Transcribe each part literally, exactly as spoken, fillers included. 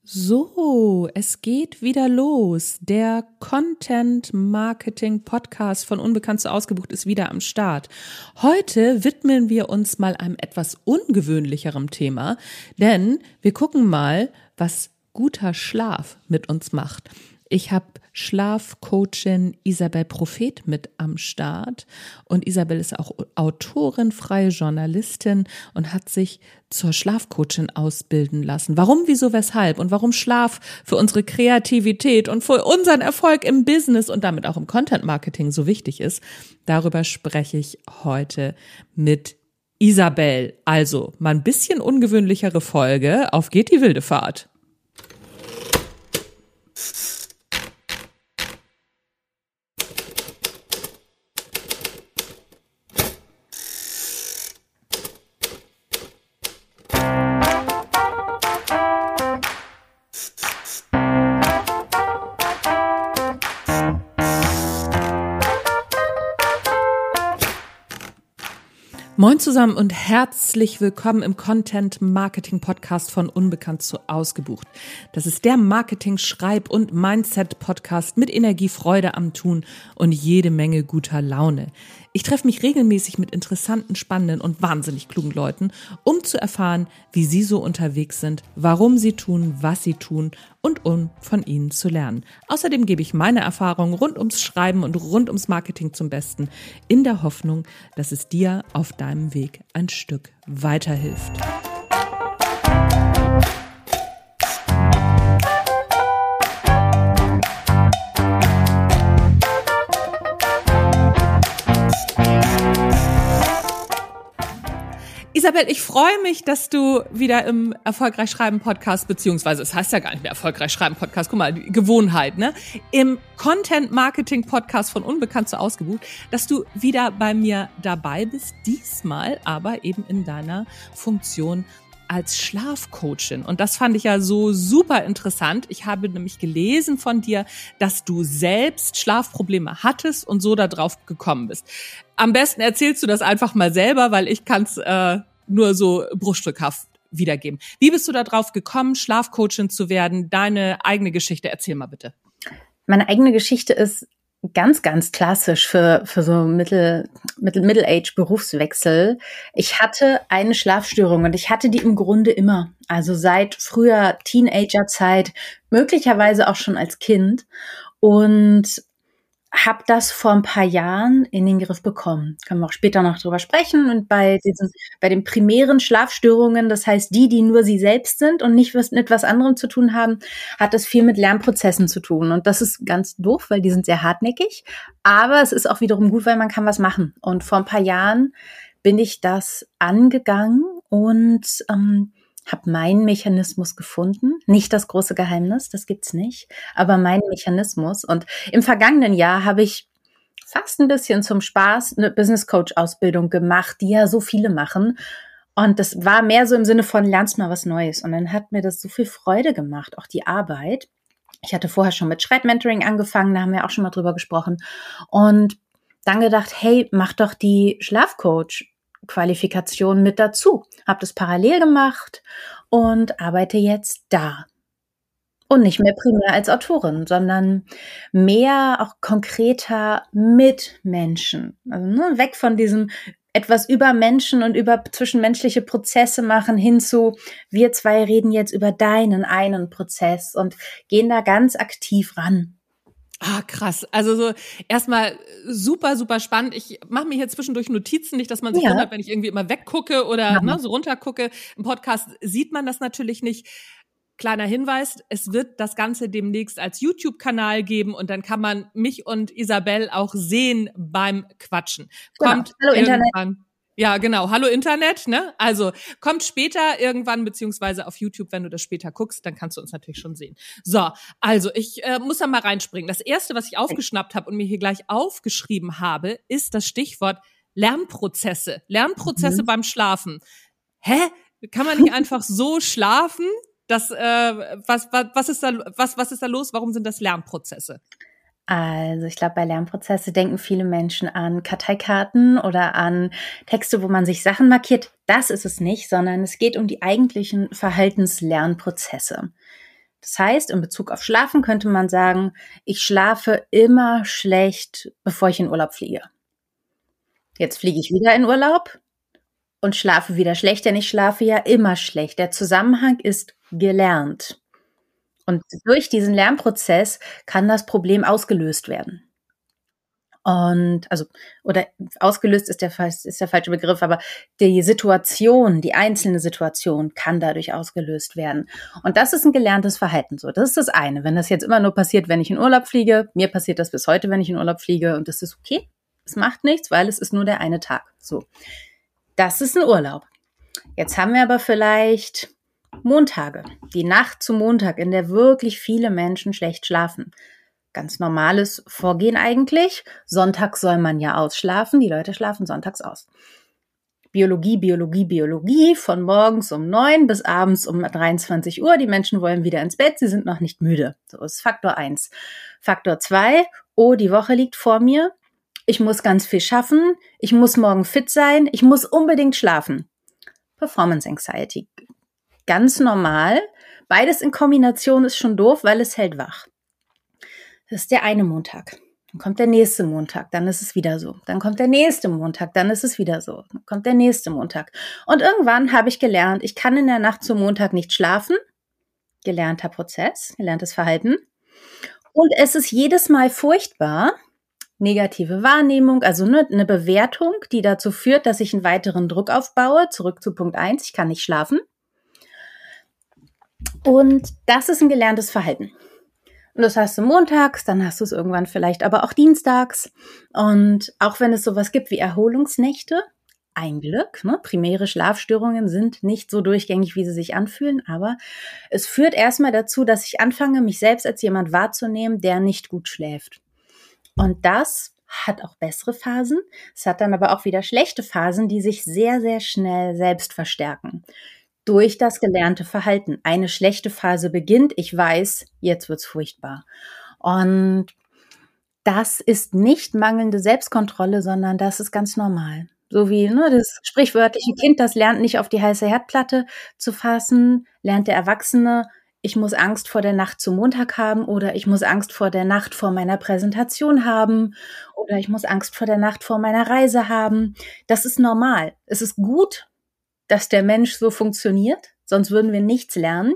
So, es geht wieder los. Der Content-Marketing-Podcast von Unbekannt zu Ausgebucht ist wieder am Start. Heute widmen wir uns mal einem etwas ungewöhnlicherem Thema, denn wir gucken mal, was guter Schlaf mit uns macht. Ich habe Schlafcoachin Isabel Prophet mit am Start und Isabel ist auch Autorin, freie Journalistin und hat sich zur Schlafcoachin ausbilden lassen. Warum, wieso, weshalb und warum Schlaf für unsere Kreativität und für unseren Erfolg im Business und damit auch im Content-Marketing so wichtig ist, darüber spreche ich heute mit Isabel. Also mal ein bisschen ungewöhnlichere Folge. Auf geht die wilde Fahrt. Moin zusammen und herzlich willkommen im Content-Marketing-Podcast von Unbekannt zu Ausgebucht. Das ist der Marketing-, Schreib- und Mindset-Podcast mit Energie, Freude am Tun und jede Menge guter Laune. Ich treffe mich regelmäßig mit interessanten, spannenden und wahnsinnig klugen Leuten, um zu erfahren, wie sie so unterwegs sind, warum sie tun, was sie tun und um von ihnen zu lernen. Außerdem gebe ich meine Erfahrungen rund ums Schreiben und rund ums Marketing zum Besten, in der Hoffnung, dass es dir auf deinem Weg ein Stück weiterhilft. Isabel, ich freue mich, dass du wieder im Erfolgreich Schreiben Podcast, beziehungsweise es heißt ja gar nicht mehr Erfolgreich Schreiben Podcast, guck mal, die Gewohnheit, ne? Im Content Marketing Podcast von Unbekannt zu Ausgebucht, dass du wieder bei mir dabei bist, diesmal aber eben in deiner Funktion als Schlafcoachin. Und das fand ich ja so super interessant. Ich habe nämlich gelesen von dir, dass du selbst Schlafprobleme hattest und so da drauf gekommen bist. Am besten erzählst du das einfach mal selber, weil ich kann es äh, nur so bruchstückhaft wiedergeben. Wie bist du da drauf gekommen, Schlafcoachin zu werden? Deine eigene Geschichte, erzähl mal bitte. Meine eigene Geschichte ist ganz, ganz klassisch für, für so Mittel, Mittel, Middle-Age-Berufswechsel. Ich hatte eine Schlafstörung und ich hatte die im Grunde immer. Also seit früher Teenagerzeit, möglicherweise auch schon als Kind. Und habe das vor ein paar Jahren in den Griff bekommen. Können wir auch später noch drüber sprechen. Und bei diesen, bei den primären Schlafstörungen, das heißt die, die nur sie selbst sind und nicht was, mit was anderem zu tun haben, hat das viel mit Lernprozessen zu tun. Und das ist ganz doof, weil die sind sehr hartnäckig. Aber es ist auch wiederum gut, weil man kann was machen. Und vor ein paar Jahren bin ich das angegangen und ähm, habe meinen Mechanismus gefunden. Nicht das große Geheimnis, das gibt's nicht, aber meinen Mechanismus. Und im vergangenen Jahr habe ich fast ein bisschen zum Spaß eine Business Coach Ausbildung gemacht, die ja so viele machen. Und das war mehr so im Sinne von, lernst mal was Neues. Und dann hat mir das so viel Freude gemacht, auch die Arbeit. Ich hatte vorher schon mit Schreibmentoring angefangen, da haben wir auch schon mal drüber gesprochen. Und dann gedacht, hey, mach doch die Schlafcoach Qualifikation mit dazu. Habe das parallel gemacht und arbeite jetzt da. Und nicht mehr primär als Autorin, sondern mehr auch konkreter mit Menschen. Also ne, weg von diesem etwas über Menschen und über zwischenmenschliche Prozesse machen hin zu, wir zwei reden jetzt über deinen einen Prozess und gehen da ganz aktiv ran. Ah, krass. Also so erstmal super, super spannend. Ich mache mir hier zwischendurch Notizen, nicht, dass man sich ja. wundert, wenn ich irgendwie immer weggucke oder ja. ne, so runtergucke. Im Podcast sieht man das natürlich nicht. Kleiner Hinweis, es wird das Ganze demnächst als YouTube-Kanal geben und dann kann man mich und Isabel auch sehen beim Quatschen. Kommt genau. Hallo Internet. Ja, genau. Hallo Internet, ne? Also kommt später irgendwann, beziehungsweise auf YouTube, wenn du das später guckst, dann kannst du uns natürlich schon sehen. So, also ich äh, muss da mal reinspringen. Das Erste, was ich aufgeschnappt habe und mir hier gleich aufgeschrieben habe, ist das Stichwort Lernprozesse. Lernprozesse mhm. beim Schlafen. Hä? Kann man nicht einfach so schlafen? Das, äh, was, was, was ist da, was, was ist da los? Warum sind das Lernprozesse? Also ich glaube, bei Lernprozesse denken viele Menschen an Karteikarten oder an Texte, wo man sich Sachen markiert. Das ist es nicht, sondern es geht um die eigentlichen Verhaltenslernprozesse. Das heißt, in Bezug auf Schlafen könnte man sagen, ich schlafe immer schlecht, bevor ich in Urlaub fliege. Jetzt fliege ich wieder in Urlaub und schlafe wieder schlecht, denn ich schlafe ja immer schlecht. Der Zusammenhang ist gelernt. Und durch diesen Lernprozess kann das Problem ausgelöst werden. Und, also, oder ausgelöst ist der, ist der falsche Begriff, aber die Situation, die einzelne Situation kann dadurch ausgelöst werden. Und das ist ein gelerntes Verhalten so. Das ist das eine. Wenn das jetzt immer nur passiert, wenn ich in Urlaub fliege, mir passiert das bis heute, wenn ich in Urlaub fliege, und das ist okay. Es macht nichts, weil es ist nur der eine Tag. So. Das ist ein Urlaub. Jetzt haben wir aber vielleicht Montage, die Nacht zum Montag, in der wirklich viele Menschen schlecht schlafen. Ganz normales Vorgehen eigentlich. Sonntags soll man ja ausschlafen. Die Leute schlafen sonntags aus. Biologie, Biologie, Biologie. Von morgens um neun bis abends um dreiundzwanzig Uhr. Die Menschen wollen wieder ins Bett. Sie sind noch nicht müde. So ist Faktor eins. Faktor zwei. Oh, die Woche liegt vor mir. Ich muss ganz viel schaffen. Ich muss morgen fit sein. Ich muss unbedingt schlafen. Performance Anxiety. Ganz normal. Beides in Kombination ist schon doof, weil es hält wach. Das ist der eine Montag. Dann kommt der nächste Montag, dann ist es wieder so. Dann kommt der nächste Montag, dann ist es wieder so. Dann kommt der nächste Montag. Und irgendwann habe ich gelernt, ich kann in der Nacht zum Montag nicht schlafen. Gelernter Prozess, gelerntes Verhalten. Und es ist jedes Mal furchtbar. Negative Wahrnehmung, also eine, eine Bewertung, die dazu führt, dass ich einen weiteren Druck aufbaue. Zurück zu Punkt eins, ich kann nicht schlafen. Und das ist ein gelerntes Verhalten. Und das hast du montags, dann hast du es irgendwann vielleicht aber auch dienstags. Und auch wenn es sowas gibt wie Erholungsnächte, ein Glück, ne? Primäre Schlafstörungen sind nicht so durchgängig, wie sie sich anfühlen, aber es führt erstmal dazu, dass ich anfange, mich selbst als jemand wahrzunehmen, der nicht gut schläft. Und das hat auch bessere Phasen. Es hat dann aber auch wieder schlechte Phasen, die sich sehr, sehr schnell selbst verstärken. Durch das gelernte Verhalten. Eine schlechte Phase beginnt, ich weiß, jetzt wird's furchtbar. Und das ist nicht mangelnde Selbstkontrolle, sondern das ist ganz normal. So wie ne, das sprichwörtliche Kind, das lernt nicht auf die heiße Herdplatte zu fassen, lernt der Erwachsene, ich muss Angst vor der Nacht zum Montag haben oder ich muss Angst vor der Nacht vor meiner Präsentation haben oder ich muss Angst vor der Nacht vor meiner Reise haben. Das ist normal. Es ist gut, dass der Mensch so funktioniert, sonst würden wir nichts lernen.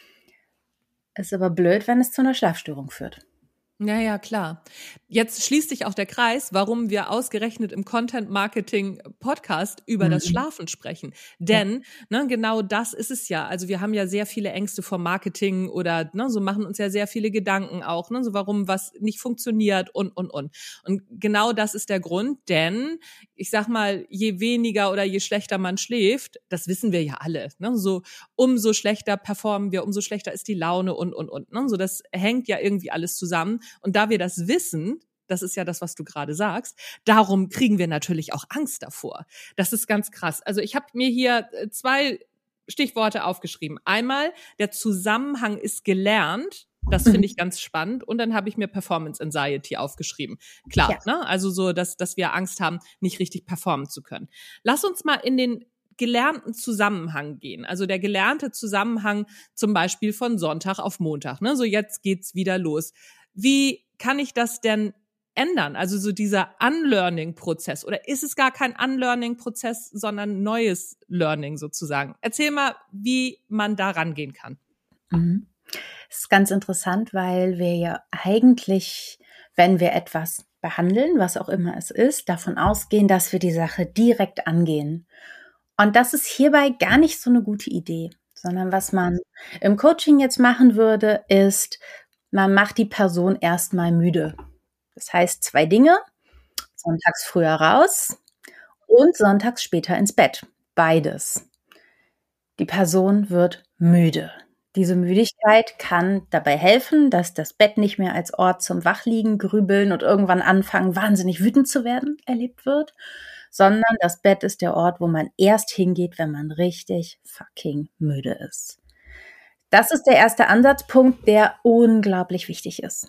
Ist aber blöd, wenn es zu einer Schlafstörung führt. Ja, ja, klar. Jetzt schließt sich auch der Kreis, warum wir ausgerechnet im Content-Marketing-Podcast über mhm. das Schlafen sprechen. Denn ja. ne, genau das ist es ja. Also wir haben ja sehr viele Ängste vor Marketing oder ne, so machen uns ja sehr viele Gedanken auch, ne, so warum was nicht funktioniert und, und, und. Und genau das ist der Grund, denn ich sag mal, je weniger oder je schlechter man schläft, das wissen wir ja alle, ne, so umso schlechter performen wir, umso schlechter ist die Laune und, und, und. Ne, so das hängt ja irgendwie alles zusammen. Und da wir das wissen, das ist ja das, was du gerade sagst, darum kriegen wir natürlich auch Angst davor. Das ist ganz krass. Also ich habe mir hier zwei Stichworte aufgeschrieben. Einmal, der Zusammenhang ist gelernt. Das finde ich ganz spannend. Und dann habe ich mir Performance Anxiety aufgeschrieben. Klar, ja. ne? Also so, dass, dass wir Angst haben, nicht richtig performen zu können. Lass uns mal in den gelernten Zusammenhang gehen. Also der gelernte Zusammenhang zum Beispiel von Sonntag auf Montag. Ne? So jetzt geht's wieder los. Wie kann ich das denn ändern? Also so dieser Unlearning-Prozess. Oder ist es gar kein Unlearning-Prozess, sondern neues Learning sozusagen? Erzähl mal, wie man da rangehen kann. Mhm. Das ist ganz interessant, weil wir ja eigentlich, wenn wir etwas behandeln, was auch immer es ist, davon ausgehen, dass wir die Sache direkt angehen. Und das ist hierbei gar nicht so eine gute Idee, sondern was man im Coaching jetzt machen würde, ist, man macht die Person erstmal müde. Das heißt zwei Dinge, sonntags früher raus und sonntags später ins Bett. Beides. Die Person wird müde. Diese Müdigkeit kann dabei helfen, dass das Bett nicht mehr als Ort zum Wachliegen, Grübeln und irgendwann anfangen, wahnsinnig wütend zu werden, erlebt wird, sondern das Bett ist der Ort, wo man erst hingeht, wenn man richtig fucking müde ist. Das ist der erste Ansatzpunkt, der unglaublich wichtig ist.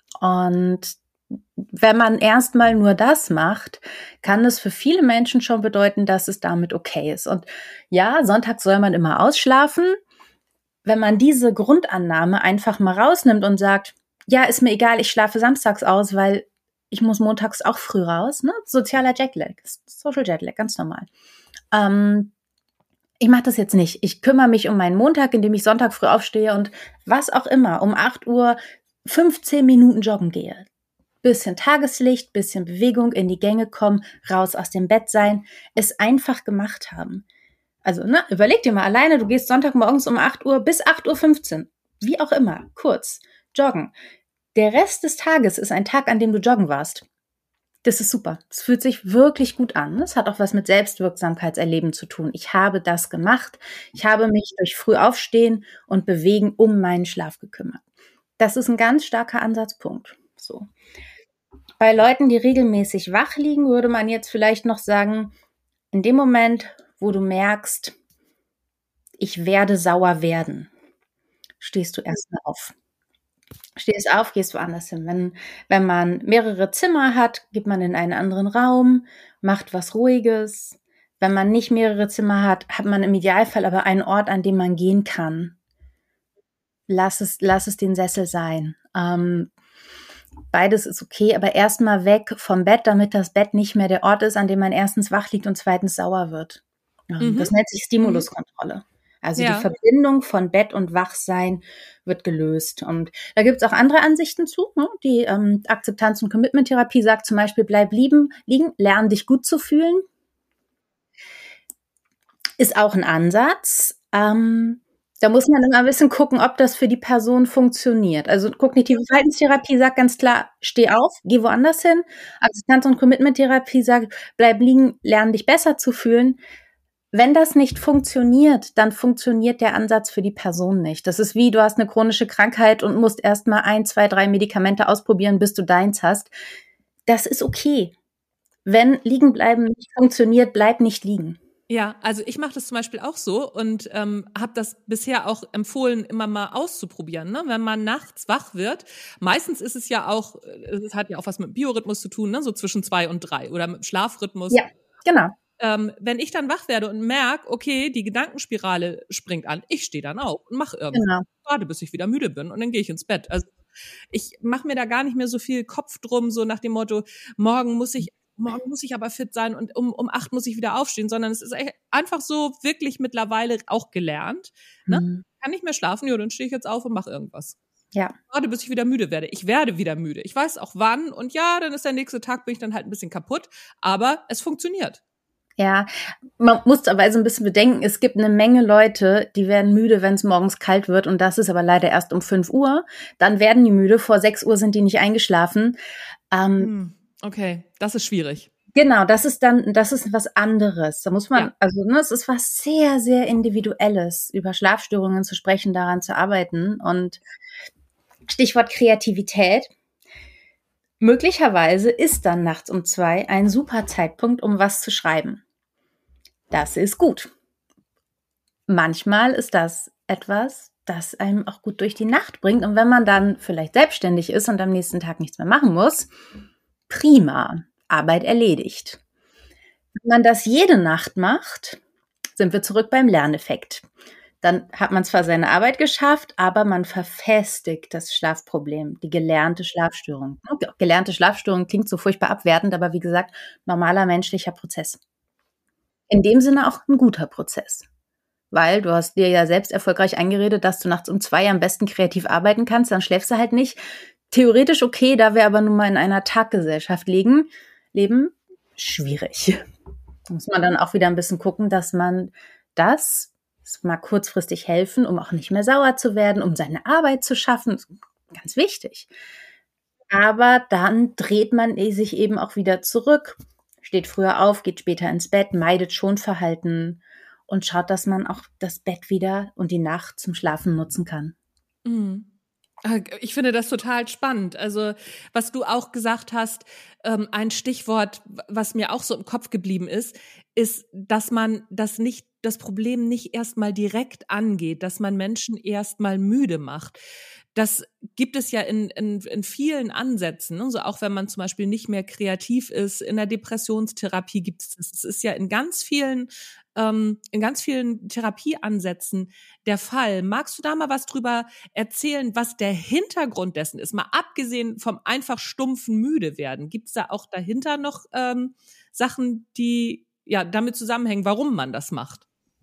Und wenn man erstmal nur das macht, kann es für viele Menschen schon bedeuten, dass es damit okay ist. Und ja, sonntags soll man immer ausschlafen. wenn man diese Grundannahme einfach mal rausnimmt und sagt, ja, ist mir egal, ich schlafe samstags aus, weil ich muss montags auch früh raus, ne? Sozialer Jetlag, Social Jetlag, ganz normal. Ähm, ich mache das jetzt nicht. Ich kümmere mich um meinen Montag, indem ich Sonntag früh aufstehe und was auch immer, um acht Uhr fünfzehn Minuten joggen gehe. Bisschen Tageslicht, bisschen Bewegung, in die Gänge kommen, raus aus dem Bett sein, es einfach gemacht haben. Also, ne, überleg dir mal alleine, du gehst Sonntagmorgens um acht Uhr bis acht Uhr fünfzehn, wie auch immer, kurz, joggen. Der Rest des Tages ist ein Tag, an dem du joggen warst. Das ist super. Es fühlt sich wirklich gut an. Es hat auch was mit Selbstwirksamkeitserleben zu tun. Ich habe das gemacht. Ich habe mich durch früh aufstehen und bewegen um meinen Schlaf gekümmert. Das ist ein ganz starker Ansatzpunkt. So. Bei Leuten, die regelmäßig wach liegen, würde man jetzt vielleicht noch sagen, in dem Moment, wo du merkst, ich werde sauer werden, stehst du erstmal auf. Stehst auf, gehst woanders hin. Wenn, wenn man mehrere Zimmer hat, geht man in einen anderen Raum, macht was Ruhiges. Wenn man nicht mehrere Zimmer hat, hat man im Idealfall aber einen Ort, an dem man gehen kann. Lass es, lass es den Sessel sein. Ähm, beides ist okay, aber erstmal weg vom Bett, damit das Bett nicht mehr der Ort ist, an dem man erstens wach liegt und zweitens sauer wird. Ähm, mhm. Das nennt sich Stimuluskontrolle. Also ja. Die Verbindung von Bett und Wachsein wird gelöst. Und da gibt es auch andere Ansichten zu. Ne? Die ähm, Akzeptanz- und Commitment-Therapie sagt zum Beispiel, bleib lieben, liegen, lern dich gut zu fühlen. Ist auch ein Ansatz. Ähm, da muss man immer ein bisschen gucken, ob das für die Person funktioniert. Also kognitive Verhaltenstherapie sagt ganz klar, steh auf, geh woanders hin. Akzeptanz- und Commitment-Therapie sagt, bleib liegen, lern dich besser zu fühlen. Wenn das nicht funktioniert, dann funktioniert der Ansatz für die Person nicht. Das ist wie, du hast eine chronische Krankheit und musst erst mal ein, zwei, drei Medikamente ausprobieren, bis du deins hast. Das ist okay. Wenn liegen bleiben nicht funktioniert, bleib nicht liegen. Ja, also ich mache das zum Beispiel auch so und ähm, habe das bisher auch empfohlen, immer mal auszuprobieren. Ne? Wenn man nachts wach wird, meistens ist es ja auch, es hat ja auch was mit dem Biorhythmus zu tun, ne? So zwischen zwei und drei oder mit dem Schlafrhythmus. Ja, genau. Ähm, wenn ich dann wach werde und merke, okay, die Gedankenspirale springt an, ich stehe dann auf und mache irgendwas, genau. Gerade bis ich wieder müde bin und dann gehe ich ins Bett. Also ich mache mir da gar nicht mehr so viel Kopf drum, so nach dem Motto, morgen muss ich, morgen muss ich aber fit sein und um, um acht muss ich wieder aufstehen, sondern es ist einfach so wirklich mittlerweile auch gelernt. Ne? Mhm. Kann nicht mehr schlafen, ja, dann stehe ich jetzt auf und mache irgendwas. Ja. Gerade bis ich wieder müde werde. Ich werde wieder müde. Ich weiß auch wann und ja, dann ist der nächste Tag, bin ich dann halt ein bisschen kaputt, aber es funktioniert. Ja, man muss aber also ein bisschen bedenken, es gibt eine Menge Leute, die werden müde, wenn es morgens kalt wird und das ist aber leider erst um fünf Uhr. Dann werden die müde, vor sechs Uhr sind die nicht eingeschlafen. Ähm, okay, das ist schwierig. Genau, das ist dann, das ist was anderes. Da muss man, ja. also ne, es ist was sehr, sehr Individuelles, über Schlafstörungen zu sprechen, daran zu arbeiten. Und Stichwort Kreativität. Möglicherweise ist dann nachts um zwei ein super Zeitpunkt, um was zu schreiben. Das ist gut. Manchmal ist das etwas, das einem auch gut durch die Nacht bringt. Und wenn man dann vielleicht selbstständig ist und am nächsten Tag nichts mehr machen muss, prima, Arbeit erledigt. Wenn man das jede Nacht macht, sind wir zurück beim Lerneffekt. Dann hat man zwar seine Arbeit geschafft, aber man verfestigt das Schlafproblem, die gelernte Schlafstörung. Gelernte Schlafstörung klingt so furchtbar abwertend, aber wie gesagt, normaler menschlicher Prozess. In dem Sinne auch ein guter Prozess. Weil du hast dir ja selbst erfolgreich eingeredet, dass du nachts um zwei am besten kreativ arbeiten kannst, dann schläfst du halt nicht. Theoretisch okay, da wir aber nun mal in einer Taggesellschaft leben, leben, schwierig. Da muss man dann auch wieder ein bisschen gucken, dass man das mal kurzfristig helfen, um auch nicht mehr sauer zu werden, um seine Arbeit zu schaffen. Ganz wichtig. Aber dann dreht man sich eben auch wieder zurück, steht früher auf, geht später ins Bett, meidet Schonverhalten und schaut, dass man auch das Bett wieder und die Nacht zum Schlafen nutzen kann. Mhm. Ich finde das total spannend. Also was du auch gesagt hast, ähm, ein Stichwort, was mir auch so im Kopf geblieben ist, ist, dass man das nicht, das Problem nicht erstmal direkt angeht, dass man Menschen erstmal müde macht. Das gibt es ja in, in, in vielen Ansätzen. Also auch wenn man zum Beispiel nicht mehr kreativ ist, in der Depressionstherapie gibt es das. Es ist ja in ganz vielen ähm, in ganz vielen Therapieansätzen der Fall. Magst du da mal was drüber erzählen, was der Hintergrund dessen ist? Mal abgesehen vom einfach stumpfen müde werden. Gibt es da auch dahinter noch ähm, Sachen, die ja damit zusammenhängen, warum man das macht?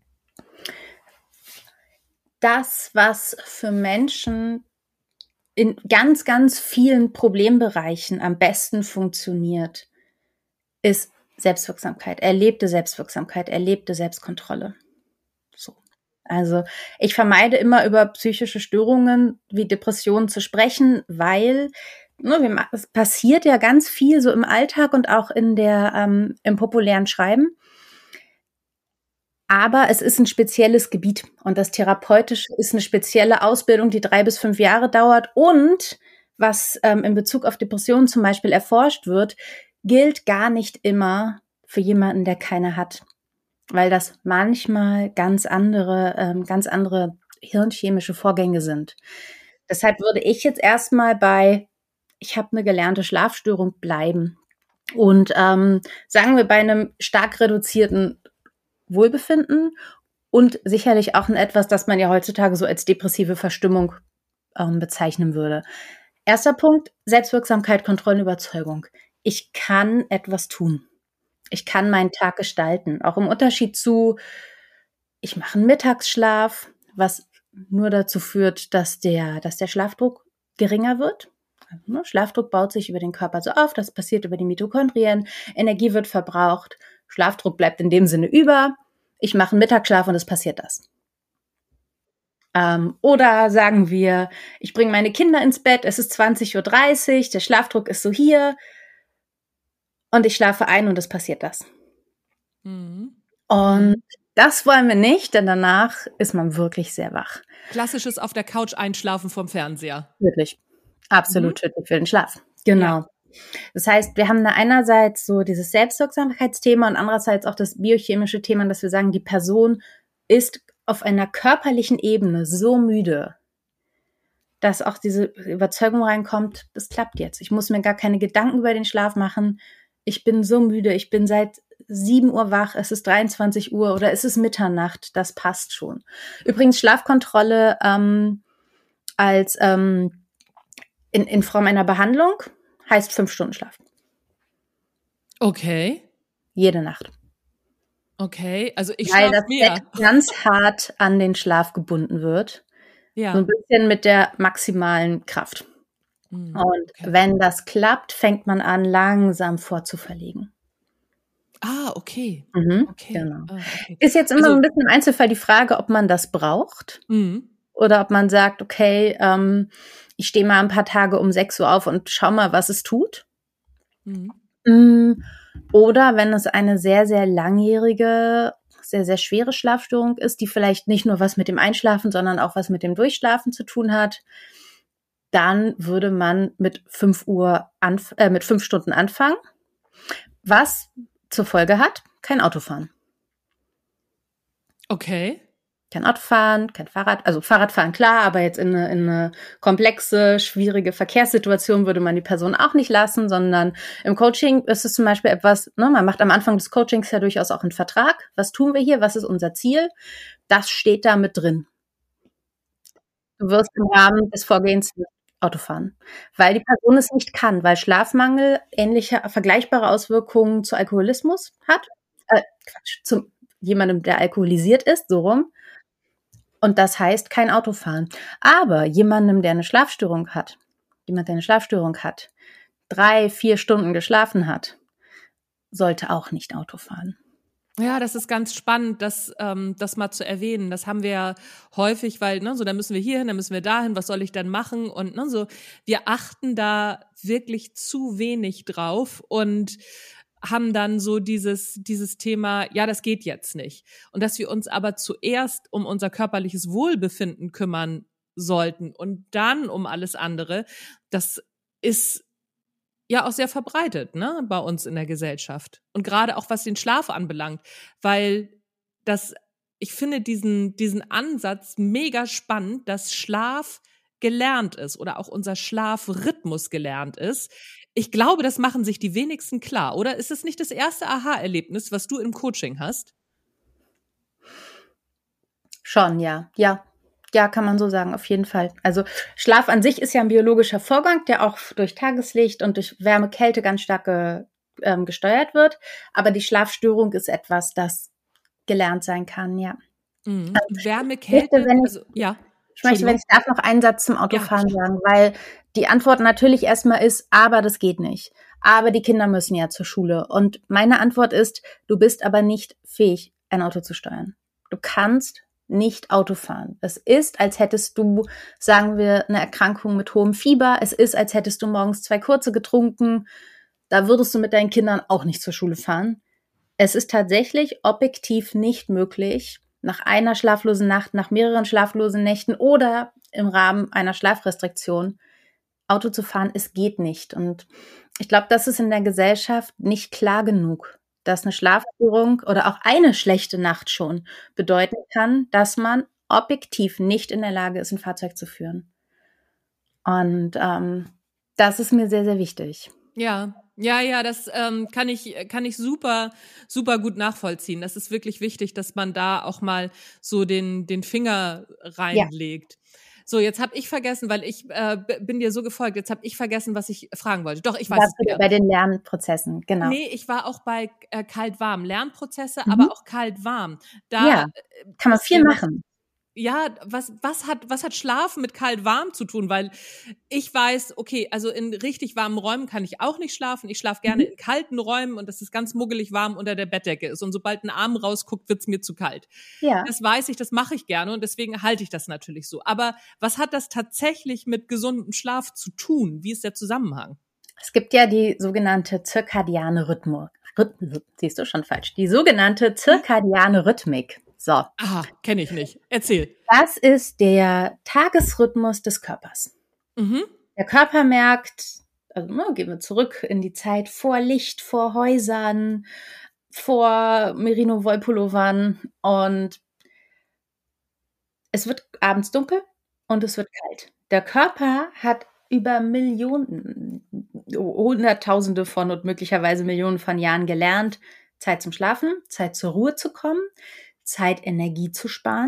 Das, was für Menschen in ganz, ganz vielen Problembereichen am besten funktioniert, ist Selbstwirksamkeit, erlebte Selbstwirksamkeit, erlebte Selbstkontrolle. So. Also ich vermeide immer über psychische Störungen wie Depressionen zu sprechen, weil ne, es passiert ja ganz viel so im Alltag und auch in der ähm, im populären Schreiben. Aber es ist ein spezielles Gebiet und das Therapeutische ist eine spezielle Ausbildung, die drei bis fünf Jahre dauert. Und was ähm, in Bezug auf Depressionen zum Beispiel erforscht wird, gilt gar nicht immer für jemanden, der keine hat, weil das manchmal ganz andere, ähm, ganz andere hirnchemische Vorgänge sind. Deshalb würde ich jetzt erstmal bei, ich habe eine gelernte Schlafstörung bleiben. Und ähm, sagen wir bei einem stark reduzierten Wohlbefinden und sicherlich auch ein etwas, das man ja heutzutage so als depressive Verstimmung ähm, bezeichnen würde. Erster Punkt, Selbstwirksamkeit, Kontrollenüberzeugung. Ich kann etwas tun. Ich kann meinen Tag gestalten. Auch im Unterschied zu, ich mache einen Mittagsschlaf, was nur dazu führt, dass der, dass der Schlafdruck geringer wird. Also, ne, Schlafdruck baut sich über den Körper so auf, das passiert über die Mitochondrien, Energie wird verbraucht, Schlafdruck bleibt in dem Sinne über. Ich mache einen Mittagsschlaf und es passiert das. Ähm, oder sagen wir, ich bringe meine Kinder ins Bett, es ist zwanzig Uhr dreißig, der Schlafdruck ist so hier und ich schlafe ein und es passiert das. Mhm. Und das wollen wir nicht, denn danach ist man wirklich sehr wach. Klassisches auf der Couch einschlafen vom Fernseher. Wirklich. Absolut mhm. tödlich für den Schlaf. Genau. Ja. Das heißt, wir haben da einerseits so dieses Selbstwirksamkeitsthema und andererseits auch das biochemische Thema, dass wir sagen, die Person ist auf einer körperlichen Ebene so müde, dass auch diese Überzeugung reinkommt, das klappt jetzt. Ich muss mir gar keine Gedanken über den Schlaf machen. Ich bin so müde, ich bin seit sieben Uhr wach, es ist dreiundzwanzig Uhr oder es ist Mitternacht, das passt schon. Übrigens Schlafkontrolle ähm, als ähm, in, in Form einer Behandlung heißt fünf Stunden Schlaf. Okay. Jede Nacht. Okay, also ich Weil schlafe mehr. Weil das ganz hart an den Schlaf gebunden wird. Ja. So ein bisschen mit der maximalen Kraft. Mhm, und okay. Wenn das klappt, fängt man an, langsam vorzuverlegen. Ah, okay. Mhm, okay. Genau. Ah, okay. Ist jetzt immer also, ein bisschen im Einzelfall die Frage, ob man das braucht. Mhm. Oder ob man sagt, okay, ähm, ich stehe mal ein paar Tage um sechs Uhr auf und schau mal, was es tut. Mhm. Oder wenn es eine sehr, sehr langjährige, sehr, sehr schwere Schlafstörung ist, die vielleicht nicht nur was mit dem Einschlafen, sondern auch was mit dem Durchschlafen zu tun hat, dann würde man mit fünf Uhr anf- äh, mit fünf Stunden anfangen, was zur Folge hat, kein Autofahren. Okay. Kein Autofahren, kein Fahrrad, also Fahrradfahren klar, aber jetzt in eine, in eine komplexe, schwierige Verkehrssituation würde man die Person auch nicht lassen, sondern im Coaching ist es zum Beispiel etwas, ne, man macht am Anfang des Coachings ja durchaus auch einen Vertrag. Was tun wir hier? Was ist unser Ziel? Das steht da mit drin. Du wirst im Rahmen des Vorgehens Auto fahren, weil die Person es nicht kann, weil Schlafmangel ähnliche, vergleichbare Auswirkungen zu Alkoholismus hat. Äh, Quatsch, zu jemandem, der alkoholisiert ist, so rum. Und das heißt kein Autofahren. Aber jemandem, der eine Schlafstörung hat, jemand, der eine Schlafstörung hat, drei, vier Stunden geschlafen hat, sollte auch nicht Auto fahren. Ja, das ist ganz spannend, das, ähm, das mal zu erwähnen. Das haben wir ja häufig, weil, ne, so, dann müssen wir hier hin, dann müssen wir dahin, was soll ich dann machen? Und, ne, so, wir achten da wirklich zu wenig drauf und haben dann so dieses, dieses Thema, ja, das geht jetzt nicht. Und dass wir uns aber zuerst um unser körperliches Wohlbefinden kümmern sollten und dann um alles andere, das ist ja auch sehr verbreitet, ne, bei uns in der Gesellschaft. Und gerade auch was den Schlaf anbelangt, weil das, ich finde diesen, diesen Ansatz mega spannend, dass Schlaf gelernt ist oder auch unser Schlafrhythmus gelernt ist. Ich glaube, das machen sich die wenigsten klar, oder? Ist es nicht das erste Aha-Erlebnis, was du im Coaching hast? Schon, ja. Ja. Ja, kann man so sagen, auf jeden Fall. Also Schlaf an sich ist ja ein biologischer Vorgang, der auch durch Tageslicht und durch Wärme, Kälte ganz stark ge, ähm, gesteuert wird. Aber die Schlafstörung ist etwas, das gelernt sein kann, ja. Mhm. Wärme, Ich möchte, Kälte, wenn ich, also ja, ich möchte, wenn Entschuldigung. ich darf, noch einen Satz zum Ja, Autofahren klar. sagen, weil die Antwort natürlich erstmal ist, aber das geht nicht. Aber die Kinder müssen ja zur Schule. Und meine Antwort ist, du bist aber nicht fähig, ein Auto zu steuern. Du kannst nicht Auto fahren. Es ist, als hättest du, sagen wir, eine Erkrankung mit hohem Fieber. Es ist, als hättest du morgens zwei kurze getrunken. Da würdest du mit deinen Kindern auch nicht zur Schule fahren. Es ist tatsächlich objektiv nicht möglich, nach einer schlaflosen Nacht, nach mehreren schlaflosen Nächten oder im Rahmen einer Schlafrestriktion Auto zu fahren. Es geht nicht. Und ich glaube, das ist in der Gesellschaft nicht klar genug, dass eine Schlafstörung oder auch eine schlechte Nacht schon bedeuten kann, dass man objektiv nicht in der Lage ist, ein Fahrzeug zu führen. Und ähm, das ist mir sehr, sehr wichtig. Ja, ja, ja, das ähm, kann ich kann ich super super gut nachvollziehen. Das ist wirklich wichtig, dass man da auch mal so den den Finger Ja, reinlegt. So, jetzt habe ich vergessen, weil ich äh, b- bin dir so gefolgt. Jetzt habe ich vergessen, was ich fragen wollte. Doch, ich weiß es dazu wieder. bei den Lernprozessen, genau. Nee, ich war auch bei äh, kalt-warm. Lernprozesse, Mhm. aber auch kalt-warm. Da Ja, äh, kann man ist viel mir noch machen. ja, was, was hat, was hat Schlafen mit kalt-warm zu tun? Weil ich weiß, okay, also in richtig warmen Räumen kann ich auch nicht schlafen. Ich schlafe gerne Mhm. in kalten Räumen und das ist ganz muggelig warm unter der Bettdecke ist. Und sobald ein Arm rausguckt, wird's mir zu kalt. Ja. Das weiß ich, das mache ich gerne und deswegen halte ich das natürlich so. Aber was hat das tatsächlich mit gesundem Schlaf zu tun? Wie ist der Zusammenhang? Es gibt ja die sogenannte zirkadiane Rhythmus. Rhythmus, siehst du schon falsch. Die sogenannte zirkadiane Rhythmik. So, Aha, kenne ich nicht. Erzähl. das ist der Tagesrhythmus des Körpers. Mhm. Der Körper merkt, also ne, gehen wir zurück in die Zeit vor Licht, vor Häusern, vor Merino-Wollpullovern und es wird abends dunkel und es wird kalt. Der Körper hat über Millionen, Hunderttausende von und möglicherweise Millionen von Jahren gelernt, Zeit zum Schlafen, Zeit zur Ruhe zu kommen, Zeit Energie zu sparen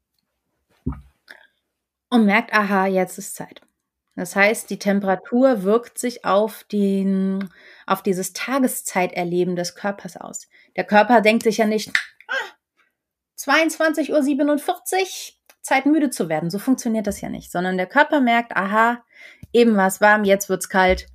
und merkt, aha, jetzt ist Zeit. Das heißt, die Temperatur wirkt sich auf den, auf dieses Tageszeiterleben des Körpers aus. Der Körper denkt sich ja nicht, zweiundzwanzig Uhr siebenundvierzig, Zeit müde zu werden. So funktioniert das ja nicht, sondern der Körper merkt, aha, eben war es warm, jetzt wird's kalt.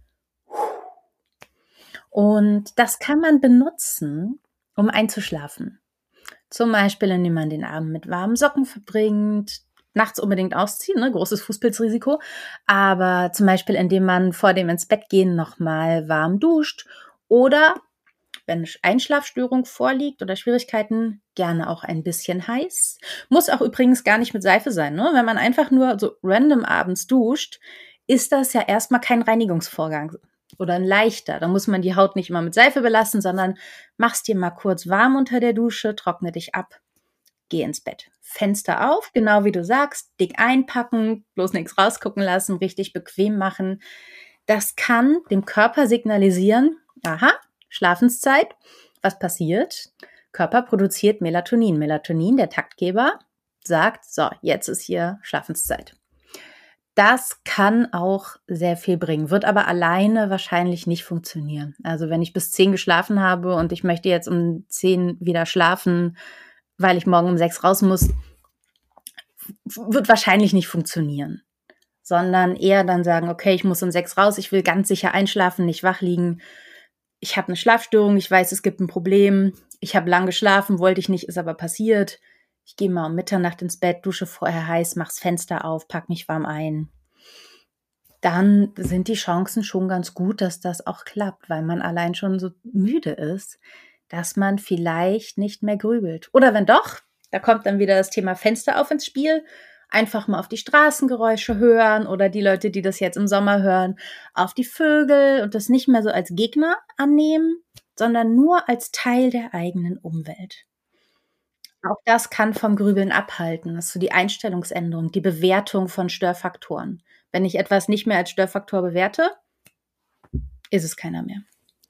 Und das kann man benutzen, um einzuschlafen. Zum Beispiel, indem man den Abend mit warmen Socken verbringt, nachts unbedingt ausziehen, ne? Großes Fußpilzrisiko, aber zum Beispiel, indem man vor dem ins Bett gehen nochmal warm duscht oder wenn Einschlafstörung vorliegt oder Schwierigkeiten, gerne auch ein bisschen heiß. Muss auch übrigens gar nicht mit Seife sein, ne? Wenn man einfach nur so random abends duscht, ist das ja erstmal kein Reinigungsvorgang oder ein leichter. Da muss man die Haut nicht immer mit Seife belassen, sondern machst dir mal kurz warm unter der Dusche, trockne dich ab, geh ins Bett. Fenster auf, genau wie du sagst, dick einpacken, bloß nichts rausgucken lassen, richtig bequem machen. Das kann dem Körper signalisieren, aha, Schlafenszeit. Was passiert? Körper produziert Melatonin. Melatonin, der Taktgeber, sagt, so, jetzt ist hier Schlafenszeit. Das kann auch sehr viel bringen, wird aber alleine wahrscheinlich nicht funktionieren. Also wenn ich bis zehn geschlafen habe und ich möchte jetzt um zehn wieder schlafen, weil ich morgen um sechs raus muss, wird wahrscheinlich nicht funktionieren. Sondern eher dann sagen, okay, ich muss um sechs raus, ich will ganz sicher einschlafen, nicht wach liegen. Ich habe eine Schlafstörung, ich weiß, es gibt ein Problem. Ich habe lang geschlafen, wollte ich nicht, ist aber passiert. Ich gehe mal um Mitternacht ins Bett, dusche vorher heiß, mach's Fenster auf, pack mich warm ein. Dann sind die Chancen schon ganz gut, dass das auch klappt, weil man allein schon so müde ist, dass man vielleicht nicht mehr grübelt. Oder wenn doch, da kommt dann wieder das Thema Fenster auf ins Spiel. Einfach mal auf die Straßengeräusche hören oder die Leute, die das jetzt im Sommer hören, auf die Vögel und das nicht mehr so als Gegner annehmen, sondern nur als Teil der eigenen Umwelt. Auch das kann vom Grübeln abhalten. Das ist so die Einstellungsänderung, die Bewertung von Störfaktoren. Wenn ich etwas nicht mehr als Störfaktor bewerte, ist es keiner mehr.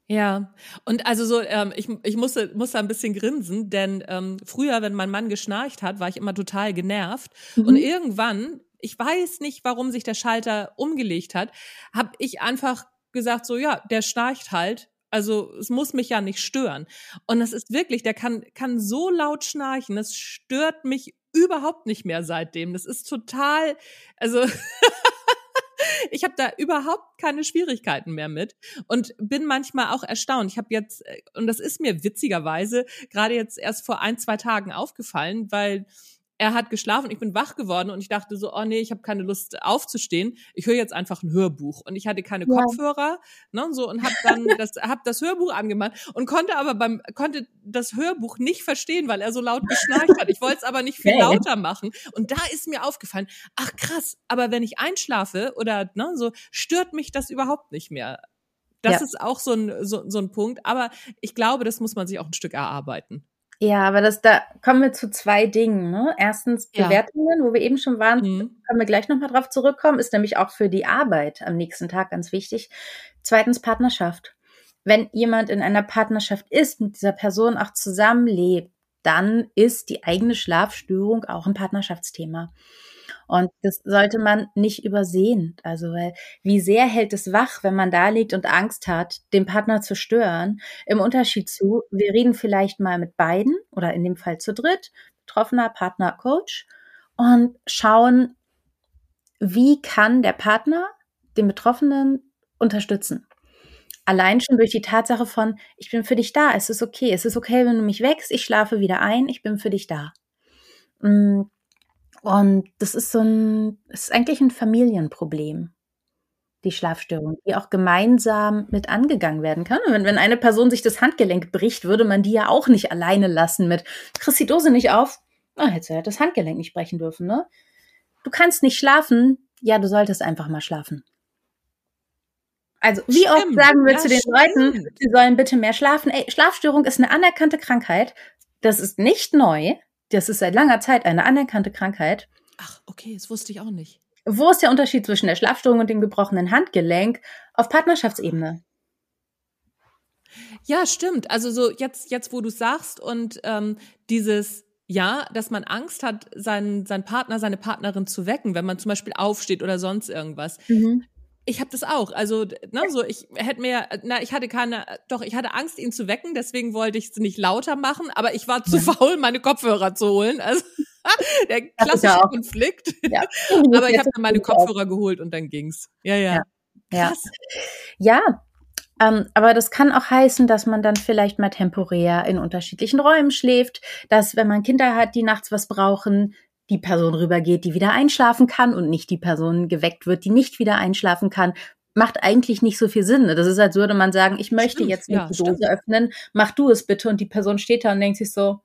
Ja, und also so, ähm, ich, ich musste, musste ein bisschen grinsen, denn ähm, früher, wenn mein Mann geschnarcht hat, war ich immer total genervt. Und Mhm. irgendwann, ich weiß nicht, warum sich der Schalter umgelegt hat, habe ich einfach gesagt, so ja, der schnarcht halt. Also es muss mich ja nicht stören. Und das ist wirklich, der kann, kann so laut schnarchen, das stört mich überhaupt nicht mehr seitdem. Das ist total, also ich habe da überhaupt keine Schwierigkeiten mehr mit und bin manchmal auch erstaunt. Ich habe jetzt, und das ist mir witzigerweise gerade jetzt erst vor ein, zwei Tagen aufgefallen, weil er hat geschlafen, ich bin wach geworden und ich dachte so, oh nee, ich habe keine Lust aufzustehen. Ich höre jetzt einfach ein Hörbuch und ich hatte keine Ja. Kopfhörer, ne, und so und habe dann das hab das Hörbuch angemacht und konnte aber beim konnte das Hörbuch nicht verstehen, weil er so laut geschnarcht hat. Ich wollte es aber nicht viel Okay. lauter machen und da ist mir aufgefallen, ach krass, aber wenn ich einschlafe oder ne, so stört mich das überhaupt nicht mehr. Das Ja. ist auch so ein so, so ein Punkt, aber ich glaube, das muss man sich auch ein Stück erarbeiten. Ja, aber das, da kommen wir zu zwei Dingen. Ne? Erstens Ja. Bewertungen, wo wir eben schon waren, Mhm. können wir gleich nochmal drauf zurückkommen, ist nämlich auch für die Arbeit am nächsten Tag ganz wichtig. Zweitens Partnerschaft. Wenn jemand in einer Partnerschaft ist, mit dieser Person auch zusammenlebt, dann ist die eigene Schlafstörung auch ein Partnerschaftsthema. Und das sollte man nicht übersehen. Also, weil wie sehr hält es wach, wenn man da liegt und Angst hat, den Partner zu stören? Im Unterschied zu, wir reden vielleicht mal mit beiden oder in dem Fall zu dritt, betroffener Partner, Coach, und schauen, wie kann der Partner den Betroffenen unterstützen? Allein schon durch die Tatsache von, ich bin für dich da, es ist okay, es ist okay, wenn du mich wächst, ich schlafe wieder ein, ich bin für dich da. Und das ist so ein, es ist eigentlich ein Familienproblem, die Schlafstörung, die auch gemeinsam mit angegangen werden kann. Und wenn, wenn eine Person sich das Handgelenk bricht, würde man die ja auch nicht alleine lassen mit, kriegst die Dose nicht auf, na, hättest du ja das Handgelenk nicht brechen dürfen, ne? Du kannst nicht schlafen, ja, du solltest einfach mal schlafen. Also, wie oft Stimmt. sagen wir Ja, zu den stimmt. Leuten, sie sollen bitte mehr schlafen? Ey, Schlafstörung ist eine anerkannte Krankheit. Das ist nicht neu. Das ist seit langer Zeit eine anerkannte Krankheit. Ach, okay, das wusste ich auch nicht. Wo ist der Unterschied zwischen der Schlafstörung und dem gebrochenen Handgelenk auf Partnerschaftsebene? Ja, stimmt. Also so jetzt, jetzt wo du sagst und ähm, dieses, ja, dass man Angst hat, seinen, seinen Partner, seine Partnerin zu wecken, wenn man zum Beispiel aufsteht oder sonst irgendwas. Mhm. Ich habe das auch. Also, ne, so ich hätte mir, na, ich hatte keine, doch, ich hatte Angst, ihn zu wecken, deswegen wollte ich es nicht lauter machen, aber ich war zu Ja. faul, meine Kopfhörer zu holen. Also der Das ist klassische ja auch, Konflikt. ja. Aber ich habe dann meine Kopfhörer geholt und dann ging's. Ja, ja. Ja. Ja. Krass. Ja, ähm, aber das kann auch heißen, dass man dann vielleicht mal temporär in unterschiedlichen Räumen schläft, dass wenn man Kinder hat, die nachts was brauchen, die Person rübergeht, die wieder einschlafen kann und nicht die Person geweckt wird, die nicht wieder einschlafen kann. Macht eigentlich nicht so viel Sinn. Das ist, als würde man sagen, ich möchte Stimmt, jetzt nicht ja, die Dose stimmt. öffnen, mach du es bitte. Und die Person steht da und denkt sich so,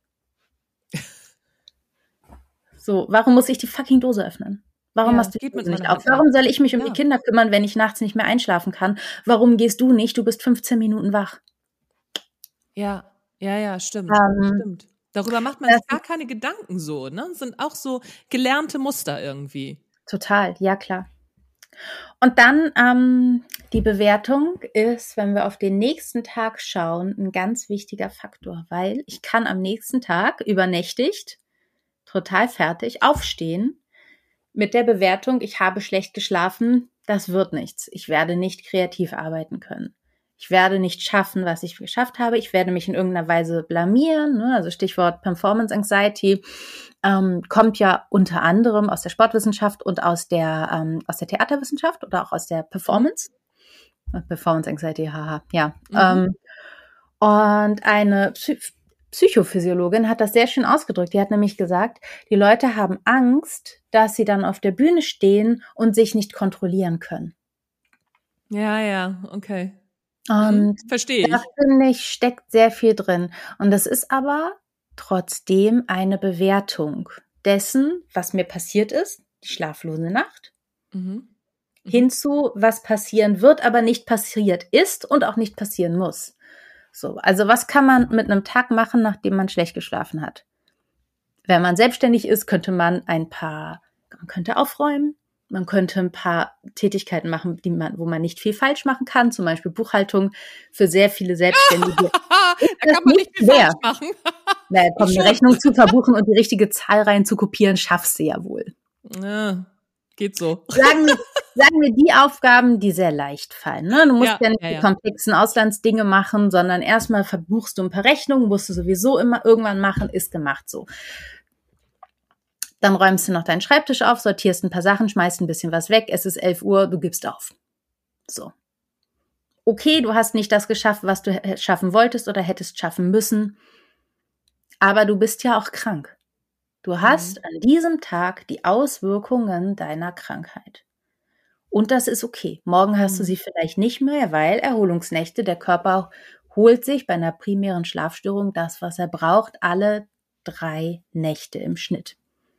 so, warum muss ich die fucking Dose öffnen? Warum Ja, machst du die geht mit Dose nicht meiner auf? Hand Warum soll ich mich um Ja. die Kinder kümmern, wenn ich nachts nicht mehr einschlafen kann? Warum gehst du nicht? Du bist fünfzehn Minuten wach. Ja, ja, ja, stimmt, Ähm, stimmt. Darüber macht man das sich gar keine Gedanken so, ne? Das sind auch so gelernte Muster irgendwie. Total, ja klar. Und dann ähm, die Bewertung ist, wenn wir auf den nächsten Tag schauen, ein ganz wichtiger Faktor, weil ich kann am nächsten Tag übernächtigt, total fertig, aufstehen mit der Bewertung, ich habe schlecht geschlafen, das wird nichts. Ich werde nicht kreativ arbeiten können. Ich werde nicht schaffen, was ich geschafft habe. Ich werde mich in irgendeiner Weise blamieren. Ne? Also Stichwort Performance Anxiety ähm, kommt ja unter anderem aus der Sportwissenschaft und aus der ähm, aus der Theaterwissenschaft oder auch aus der Performance. Performance Anxiety, haha, ja. Mhm. Ähm, und eine Psy Psychophysiologin hat das sehr schön ausgedrückt. Die hat nämlich gesagt, die Leute haben Angst, dass sie dann auf der Bühne stehen und sich nicht kontrollieren können. Ja, ja, okay. Und Hm, verstehe da ich. finde ich, steckt sehr viel drin. Und das ist aber trotzdem eine Bewertung dessen, was mir passiert ist, die schlaflose Nacht, Mhm. Mhm. hinzu, was passieren wird, aber nicht passiert ist und auch nicht passieren muss. So, also was kann man mit einem Tag machen, nachdem man schlecht geschlafen hat? Wenn man selbstständig ist, könnte man ein paar, man könnte aufräumen, Man könnte ein paar Tätigkeiten machen, die man, wo man nicht viel falsch machen kann, zum Beispiel Buchhaltung für sehr viele Selbstständige. Da kann man nicht viel falsch machen. Na, komm, eine Rechnung zu verbuchen und die richtige Zahl rein zu kopieren, schaffst du ja wohl. Ja, geht so. Sagen wir, sagen wir die Aufgaben, die sehr leicht fallen. Ne? Du musst ja, ja nicht ja, die ja. komplexen Auslandsdinge machen, sondern erstmal verbuchst du ein paar Rechnungen, musst du sowieso immer irgendwann machen, ist gemacht so. Dann räumst du noch deinen Schreibtisch auf, sortierst ein paar Sachen, schmeißt ein bisschen was weg, es ist elf Uhr, du gibst auf. So. Okay, du hast nicht das geschafft, was du schaffen wolltest oder hättest schaffen müssen, aber du bist ja auch krank. Du hast mhm. an diesem Tag die Auswirkungen deiner Krankheit. Und das ist okay. Morgen hast mhm. du sie vielleicht nicht mehr, weil Erholungsnächte, der Körper holt sich bei einer primären Schlafstörung das, was er braucht, alle drei Nächte im Schnitt.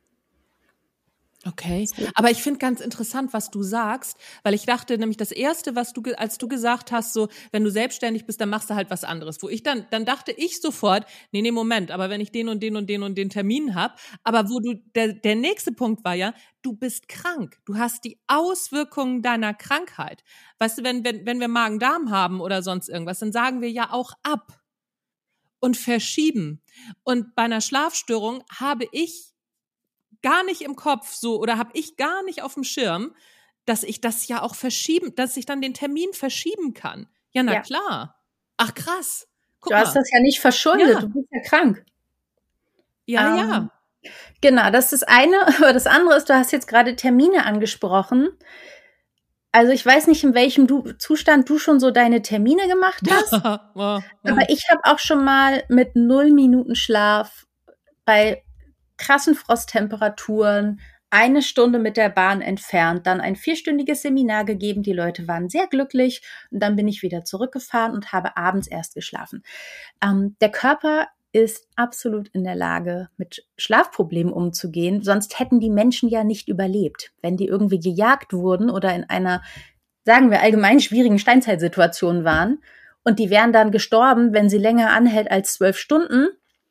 Okay, aber ich finde ganz interessant, was du sagst, weil ich dachte nämlich das Erste, was du, als du gesagt hast, so, wenn du selbstständig bist, dann machst du halt was anderes, wo ich dann, dann dachte ich sofort, nee, nee, Moment, aber wenn ich den und den und den und den Termin habe, aber wo du, der, der nächste Punkt war ja, du bist krank, du hast die Auswirkungen deiner Krankheit. Weißt du, wenn, wenn, wenn wir Magen-Darm haben oder sonst irgendwas, dann sagen wir ja auch ab und verschieben. Und bei einer Schlafstörung habe ich gar nicht im Kopf so oder habe ich gar nicht auf dem Schirm, dass ich das ja auch verschieben, dass ich dann den Termin verschieben kann. Ja, na ja. klar. Ach krass. Guck du hast mal. Das ja nicht verschuldet, ja. Du bist ja krank. Ja, ähm, ja. Genau, das ist das eine. Aber das andere ist, du hast jetzt gerade Termine angesprochen. Also ich weiß nicht, in welchem du, Zustand du schon so deine Termine gemacht hast. Ja, ja. Aber ich habe auch schon mal mit null Minuten Schlaf bei krassen Frosttemperaturen, eine Stunde mit der Bahn entfernt, dann ein vierstündiges Seminar gegeben. Die Leute waren sehr glücklich und dann bin ich wieder zurückgefahren und habe abends erst geschlafen. Ähm, der Körper ist absolut in der Lage, mit Schlafproblemen umzugehen. Sonst hätten die Menschen ja nicht überlebt. Wenn die irgendwie gejagt wurden oder in einer, sagen wir, allgemein schwierigen Steinzeitsituation waren und die wären dann gestorben, wenn sie länger anhält als zwölf Stunden,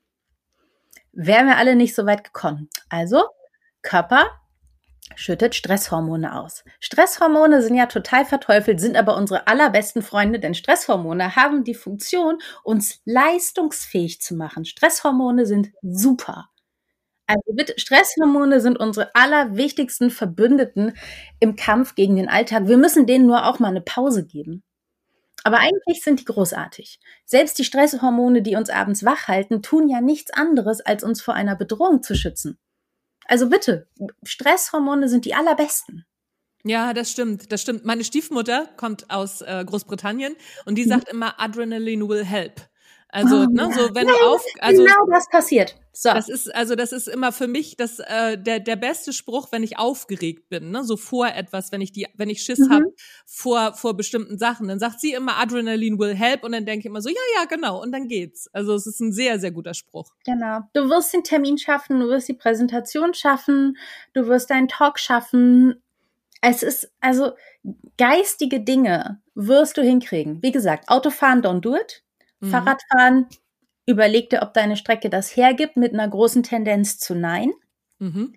wären wir alle nicht so weit gekommen. Also, Körper schüttet Stresshormone aus. Stresshormone sind ja total verteufelt, sind aber unsere allerbesten Freunde, denn Stresshormone haben die Funktion, uns leistungsfähig zu machen. Stresshormone sind super. Also bitte, Stresshormone sind unsere allerwichtigsten Verbündeten im Kampf gegen den Alltag. Wir müssen denen nur auch mal eine Pause geben. Aber eigentlich sind die großartig. Selbst die Stresshormone, die uns abends wach halten, tun ja nichts anderes, als uns vor einer Bedrohung zu schützen. Also bitte, Stresshormone sind die allerbesten. Ja, das stimmt, das stimmt. Meine Stiefmutter kommt aus äh, Großbritannien und die sagt immer, Adrenaline will help. Also, oh, ne, ja. so wenn ja, du auf, also genau das passiert. So. Das ist also das ist immer für mich das äh, der der beste Spruch, wenn ich aufgeregt bin, ne, so vor etwas, wenn ich die wenn ich Schiss mhm. habe vor vor bestimmten Sachen, dann sagt sie immer Adrenaline will help und dann denke ich immer so, ja, ja, genau und dann geht's. Also es ist ein sehr sehr guter Spruch. Genau. Du wirst den Termin schaffen, du wirst die Präsentation schaffen, du wirst deinen Talk schaffen. Es ist also geistige Dinge wirst du hinkriegen. Wie gesagt, Autofahren, don't do it. Mhm. Fahrradfahren, überleg dir, ob deine Strecke das hergibt, mit einer großen Tendenz zu Nein. Mhm.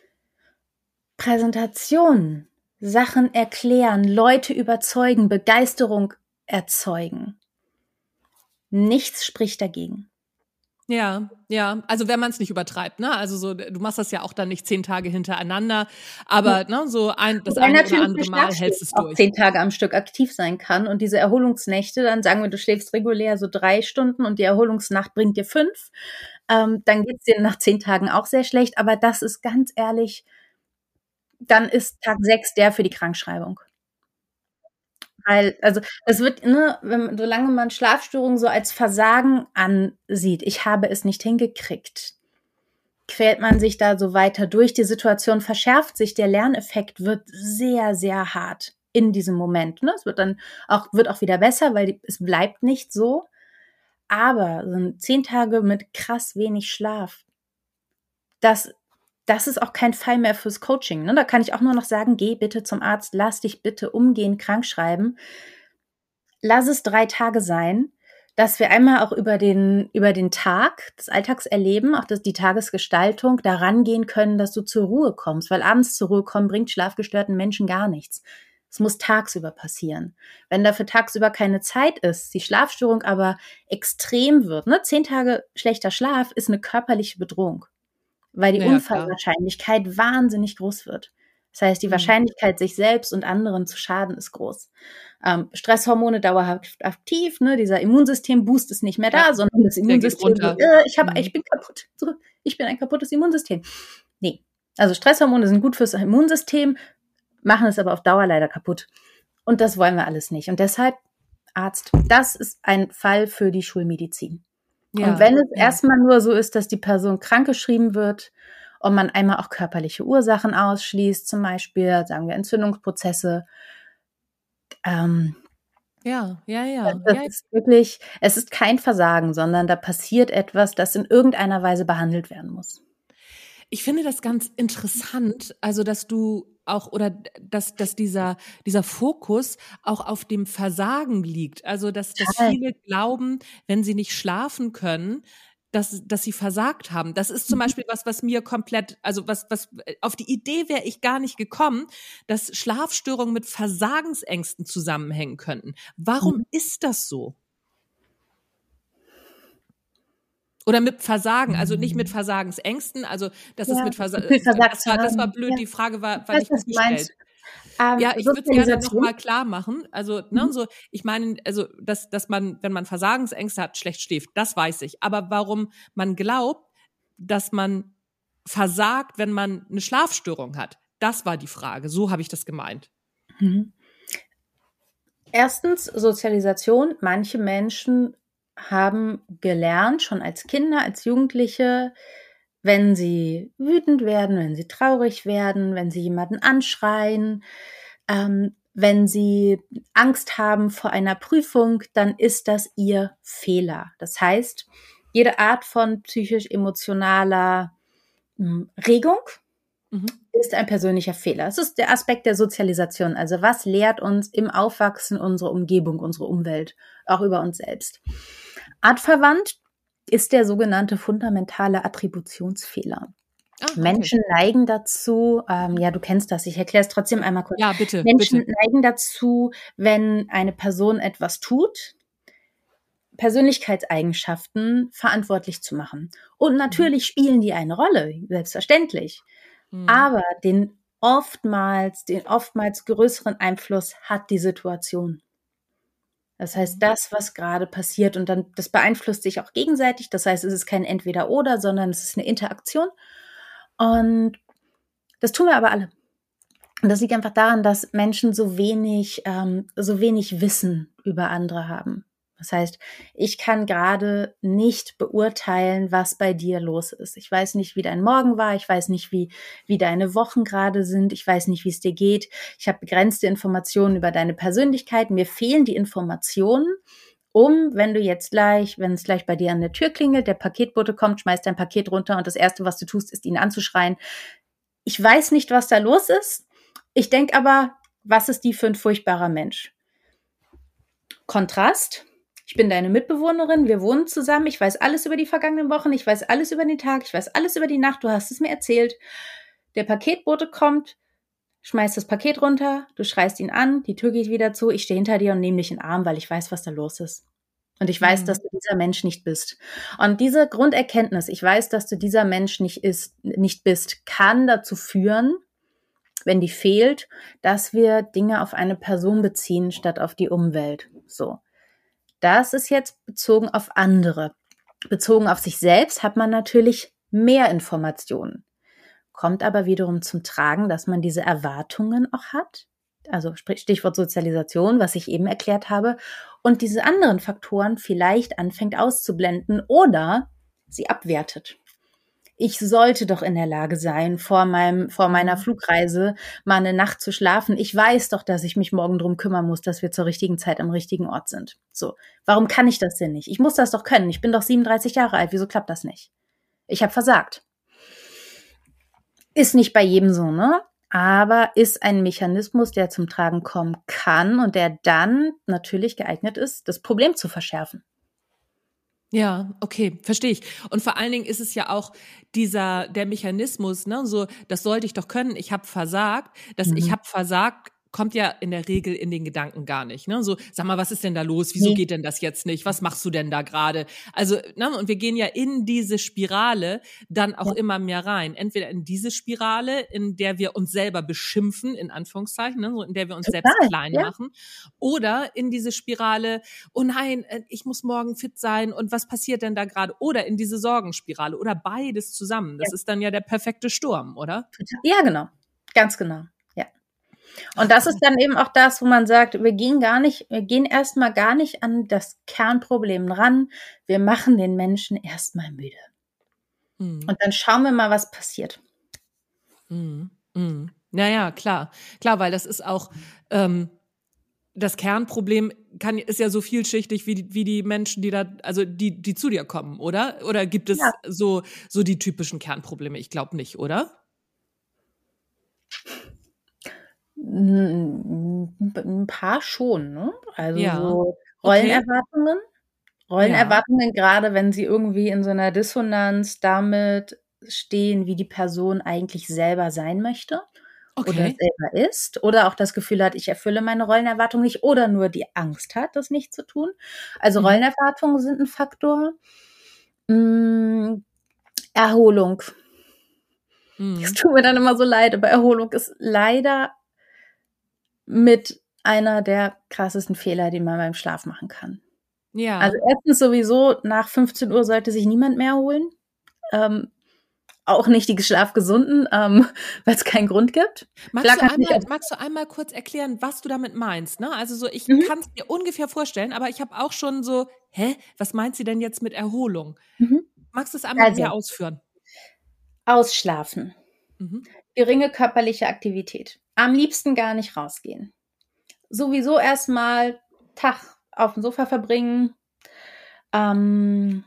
Präsentationen, Sachen erklären, Leute überzeugen, Begeisterung erzeugen. Nichts spricht dagegen. Ja, ja, also wenn man es nicht übertreibt, ne? Also so, du machst das ja auch dann nicht zehn Tage hintereinander, aber ja. ne, so ein das eine oder andere Mal hältst es durch. Auch zehn Tage am Stück aktiv sein kann und diese Erholungsnächte, dann sagen wir, du schläfst regulär so drei Stunden und die Erholungsnacht bringt dir fünf, ähm, dann geht's dir nach zehn Tagen auch sehr schlecht, aber das ist ganz ehrlich, dann ist Tag sechs der für die Krankschreibung. Weil, also, es wird, ne, wenn, solange man Schlafstörungen so als Versagen ansieht, ich habe es nicht hingekriegt, quält man sich da so weiter durch, die Situation verschärft sich, der Lerneffekt wird sehr, sehr hart in diesem Moment, ne, es wird dann auch, wird auch wieder besser, weil die, es bleibt nicht so, aber so zehn Tage mit krass wenig Schlaf, das Das ist auch kein Fall mehr fürs Coaching. Ne? Da kann ich auch nur noch sagen, geh bitte zum Arzt, lass dich bitte umgehend krank schreiben. Lass es drei Tage sein. dass wir einmal auch über den, über den Tag, das Alltagserleben, auch das, die Tagesgestaltung da rangehen können, dass du zur Ruhe kommst. Weil abends zur Ruhe kommen bringt schlafgestörten Menschen gar nichts. Es muss tagsüber passieren. Wenn dafür tagsüber keine Zeit ist, die Schlafstörung aber extrem wird, ne? Zehn Tage schlechter Schlaf ist eine körperliche Bedrohung, weil die Ja, ja, klar. Unfallwahrscheinlichkeit wahnsinnig groß wird. Das heißt, die Mhm. Wahrscheinlichkeit, sich selbst und anderen zu schaden, ist groß. Ähm, Stresshormone dauerhaft aktiv, ne? Dieser Immunsystem-Boost ist nicht mehr da, Ja, sondern das der geht Immunsystem, so, runter. äh, ich, hab, Mhm. ich bin kaputt. So, ich bin ein kaputtes Immunsystem. Nee. Also Stresshormone sind gut fürs Immunsystem, machen es aber auf Dauer leider kaputt. Und das wollen wir alles nicht. Und deshalb Arzt. Das ist ein Fall für die Schulmedizin. Ja, und wenn es ja. erstmal nur so ist, dass die Person krankgeschrieben wird und man einmal auch körperliche Ursachen ausschließt, zum Beispiel, sagen wir, Entzündungsprozesse, ähm, Ja, ja, ja. das ja. ist wirklich, es ist kein Versagen, sondern da passiert etwas, das in irgendeiner Weise behandelt werden muss. Ich finde das ganz interessant, also dass du auch oder dass dass dieser dieser Fokus auch auf dem Versagen liegt. Also dass dass Total. viele glauben, wenn sie nicht schlafen können, dass dass sie versagt haben. Das ist zum Beispiel was, was mir komplett, also was was auf die Idee wäre ich gar nicht gekommen, dass Schlafstörungen mit Versagensängsten zusammenhängen könnten. Warum Mhm. ist das so? Oder mit Versagen, also nicht mit Versagensängsten, also das ist Ja, mit Versa viel versagt das zu war das war haben. blöd, Ja. die Frage war Ich war weiß, nicht was gut du meinst. gestellt. Ähm, Ja, ich würde es gerne noch Sozialisation. mal klar machen. Also, ne, Mhm. so, ich meine, also, dass dass man, wenn man Versagensängste hat, schlecht schläft, das weiß ich. Aber warum man glaubt, dass man versagt, wenn man eine Schlafstörung hat, das war die Frage. So habe ich das gemeint. Mhm. Erstens Sozialisation. Manche Menschen haben gelernt, schon als Kinder, als Jugendliche, wenn sie wütend werden, wenn sie traurig werden, wenn sie jemanden anschreien, ähm, wenn sie Angst haben vor einer Prüfung, dann ist das ihr Fehler. Das heißt, jede Art von psychisch-emotionaler mh, Regung Mhm. ist ein persönlicher Fehler. Es ist der Aspekt der Sozialisation. Also was lehrt uns im Aufwachsen unsere Umgebung, unsere Umwelt, auch über uns selbst? Artverwandt ist der sogenannte fundamentale Attributionsfehler. Ah, okay. Menschen neigen dazu, ähm, ja, du kennst das, ich erkläre es trotzdem einmal kurz. Ja, bitte, Menschen bitte. neigen dazu, wenn eine Person etwas tut, Persönlichkeitseigenschaften verantwortlich zu machen. Und natürlich spielen die eine Rolle, selbstverständlich. Mhm. Aber den oftmals, den oftmals größeren Einfluss hat die Situation. Das heißt, das, was gerade passiert, und dann, das beeinflusst sich auch gegenseitig. Das heißt, es ist kein Entweder-Oder, sondern es ist eine Interaktion. Und das tun wir aber alle. Und das liegt einfach daran, dass Menschen so wenig, ähm, so wenig Wissen über andere haben. Das heißt, ich kann gerade nicht beurteilen, was bei dir los ist. Ich weiß nicht, wie dein Morgen war. Ich weiß nicht, wie, wie deine Wochen gerade sind. Ich weiß nicht, wie es dir geht. Ich habe begrenzte Informationen über deine Persönlichkeit. Mir fehlen die Informationen, um, wenn du jetzt gleich, wenn es gleich bei dir an der Tür klingelt, der Paketbote kommt, schmeißt dein Paket runter und das Erste, was du tust, ist, ihn anzuschreien. Ich weiß nicht, was da los ist. Ich denke aber, was ist die für ein furchtbarer Mensch? Kontrast. Ich bin deine Mitbewohnerin, wir wohnen zusammen, ich weiß alles über die vergangenen Wochen, ich weiß alles über den Tag, ich weiß alles über die Nacht, du hast es mir erzählt. Der Paketbote kommt, schmeißt das Paket runter, du schreist ihn an, die Tür geht wieder zu, ich stehe hinter dir und nehme dich in den Arm, weil ich weiß, was da los ist. Und ich weiß, Mhm. dass du dieser Mensch nicht bist. Und diese Grunderkenntnis, ich weiß, dass du dieser Mensch nicht, ist, nicht bist, kann dazu führen, wenn die fehlt, dass wir Dinge auf eine Person beziehen, statt auf die Umwelt. So. Das ist jetzt bezogen auf andere. Bezogen auf sich selbst hat man natürlich mehr Informationen. Kommt aber wiederum zum Tragen, dass man diese Erwartungen auch hat. Also Stichwort Sozialisation, was ich eben erklärt habe. Und diese anderen Faktoren vielleicht anfängt auszublenden oder sie abwertet. Ich sollte doch in der Lage sein, vor meinem, vor meiner Flugreise mal eine Nacht zu schlafen. Ich weiß doch, dass ich mich morgen drum kümmern muss, dass wir zur richtigen Zeit am richtigen Ort sind. So. Warum kann ich das denn nicht? Ich muss das doch können. Ich bin doch siebenunddreißig Jahre alt. Wieso klappt das nicht? Ich habe versagt. Ist nicht bei jedem so, ne? Aber ist ein Mechanismus, der zum Tragen kommen kann und der dann natürlich geeignet ist, das Problem zu verschärfen. Ja, okay, verstehe ich. Und vor allen Dingen ist es ja auch dieser, der Mechanismus, ne, so, das sollte ich doch können, ich habe versagt. Das ich Mhm. habe versagt kommt ja in der Regel in den Gedanken gar nicht, ne? So, sag mal, was ist denn da los? Wieso Ne. geht denn das jetzt nicht? Was machst du denn da gerade? Also, ne, und wir gehen ja in diese Spirale dann auch Ja, immer mehr rein. Entweder in diese Spirale, in der wir uns selber beschimpfen, in Anführungszeichen, ne, so in der wir uns selbst total. klein Ja, machen, oder in diese Spirale, oh nein, äh, ich muss morgen fit sein und was passiert denn da gerade? Oder in diese Sorgenspirale oder beides zusammen. ja, Das ist dann ja der perfekte Sturm, oder? total. Ja, genau. Ganz genau. Ja. Und Ach das ist Gott. dann eben auch das, wo man sagt, wir gehen gar nicht, wir gehen erstmal gar nicht an das Kernproblem ran. Wir machen den Menschen erstmal müde. Hm. Und dann schauen wir mal, was passiert. Mhm. Mhm. Ja, ja, klar. Klar, weil das ist auch, ähm, das Kernproblem kann, ist ja so vielschichtig wie die, wie die Menschen, die da, also die, die zu dir kommen, oder? Oder gibt Ja, es so, so die typischen Kernprobleme? Ich glaube nicht, oder? ein ein paar schon, ne? Also Ja. so Okay. Rollenerwartungen. Ja. Rollenerwartungen, gerade wenn sie irgendwie in so einer Dissonanz damit stehen, wie die Person eigentlich selber sein möchte oder Okay. selber ist, oder auch das Gefühl hat, ich erfülle meine Rollenerwartung nicht, oder nur die Angst hat, das nicht zu tun. Also Mhm. Rollenerwartungen sind ein Faktor. Hm, Erholung. Es Mhm. tut mir dann immer so leid, aber Erholung ist leider mit einer der krassesten Fehler, die man beim Schlaf machen kann. Also Ja. erstens sowieso, nach fünfzehn Uhr sollte sich niemand mehr erholen. Ähm, auch nicht die Schlafgesunden, ähm, weil es keinen Grund gibt. Magst Klar du kann es nicht einmal, auf magst du einmal kurz erklären, was du damit meinst, ne? Also so, ich mhm, kann es mir ungefähr vorstellen, aber ich habe auch schon so, hä, was meint sie denn jetzt mit Erholung? mhm. Magst du es einmal Also, mehr ausführen? ausschlafen, Mhm. geringe körperliche Aktivität, am liebsten gar nicht rausgehen. Sowieso erstmal Tag auf dem Sofa verbringen, ähm,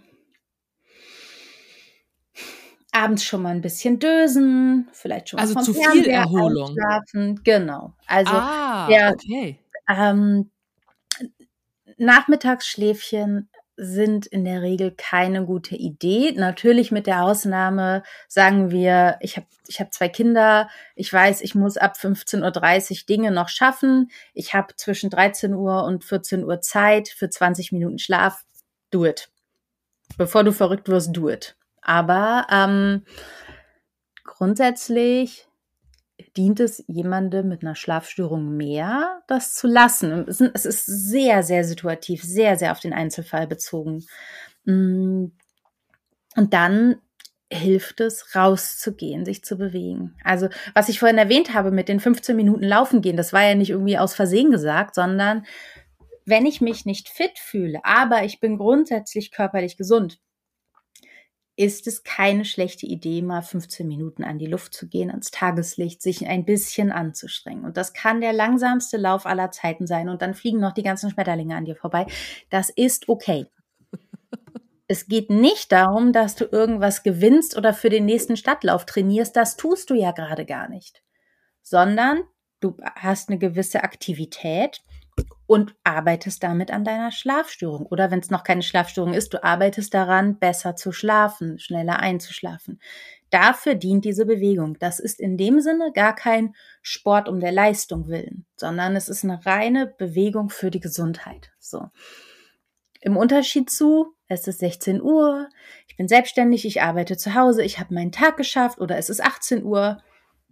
abends schon mal ein bisschen dösen, vielleicht schon mal Also vom zu viel Fernseher Erholung. einschlafen. Genau. Also, Ah, der, okay. ähm Nachmittagsschläfchen sind in der Regel keine gute Idee. Natürlich mit der Ausnahme, sagen wir, ich habe ich habe zwei Kinder, ich weiß, ich muss ab fünfzehn Uhr dreißig Dinge noch schaffen. Ich habe zwischen dreizehn Uhr und vierzehn Uhr Zeit für zwanzig Minuten Schlaf. Do it. Bevor du verrückt wirst, do it. Aber ähm, grundsätzlich dient es jemandem mit einer Schlafstörung mehr, das zu lassen. Und es es ist sehr, sehr situativ, sehr, sehr auf den Einzelfall bezogen. Hm, und dann hilft es, rauszugehen, sich zu bewegen. Also, was ich vorhin erwähnt habe mit den fünfzehn Minuten laufen gehen, das war ja nicht irgendwie aus Versehen gesagt, sondern wenn ich mich nicht fit fühle, aber ich bin grundsätzlich körperlich gesund, ist es keine schlechte Idee, mal fünfzehn Minuten an die Luft zu gehen, ans Tageslicht, sich ein bisschen anzustrengen. Und das kann der langsamste Lauf aller Zeiten sein. Und dann fliegen noch die ganzen Schmetterlinge an dir vorbei. Das ist okay. Es geht nicht darum, dass du irgendwas gewinnst oder für den nächsten Stadtlauf trainierst. Das tust du ja gerade gar nicht. Sondern du hast eine gewisse Aktivität und arbeitest damit an deiner Schlafstörung. Oder wenn es noch keine Schlafstörung ist, du arbeitest daran, besser zu schlafen, schneller einzuschlafen. Dafür dient diese Bewegung. Das ist in dem Sinne gar kein Sport um der Leistung willen, sondern es ist eine reine Bewegung für die Gesundheit. So. Im Unterschied zu, es ist sechzehn Uhr, ich bin selbstständig, ich arbeite zu Hause, ich habe meinen Tag geschafft oder es ist achtzehn Uhr.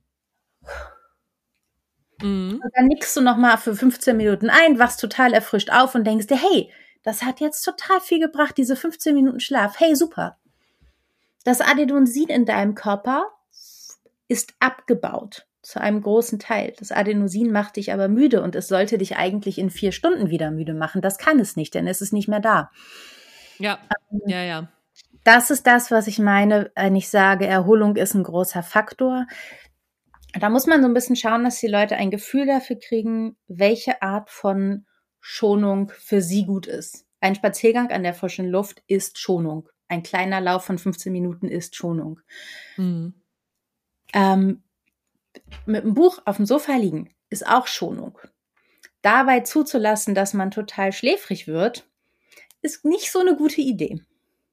Mhm. Und dann nickst du nochmal für fünfzehn Minuten ein, wachst total erfrischt auf und denkst dir, hey, das hat jetzt total viel gebracht, diese fünfzehn Minuten Schlaf. Hey, super. Das Adenosin in deinem Körper ist abgebaut zu einem großen Teil. Das Adenosin macht dich aber müde und es sollte dich eigentlich in vier Stunden wieder müde machen. Das kann es nicht, denn es ist nicht mehr da. Ja, ja, ja. Das ist das, was ich meine, wenn ich sage, Erholung ist ein großer Faktor. Da muss man so ein bisschen schauen, dass die Leute ein Gefühl dafür kriegen, welche Art von Schonung für sie gut ist. Ein Spaziergang an der frischen Luft ist Schonung. Ein kleiner Lauf von fünfzehn Minuten ist Schonung. Mhm. Ähm, mit einem Buch auf dem Sofa liegen ist auch Schonung. Dabei zuzulassen, dass man total schläfrig wird, ist nicht so eine gute Idee.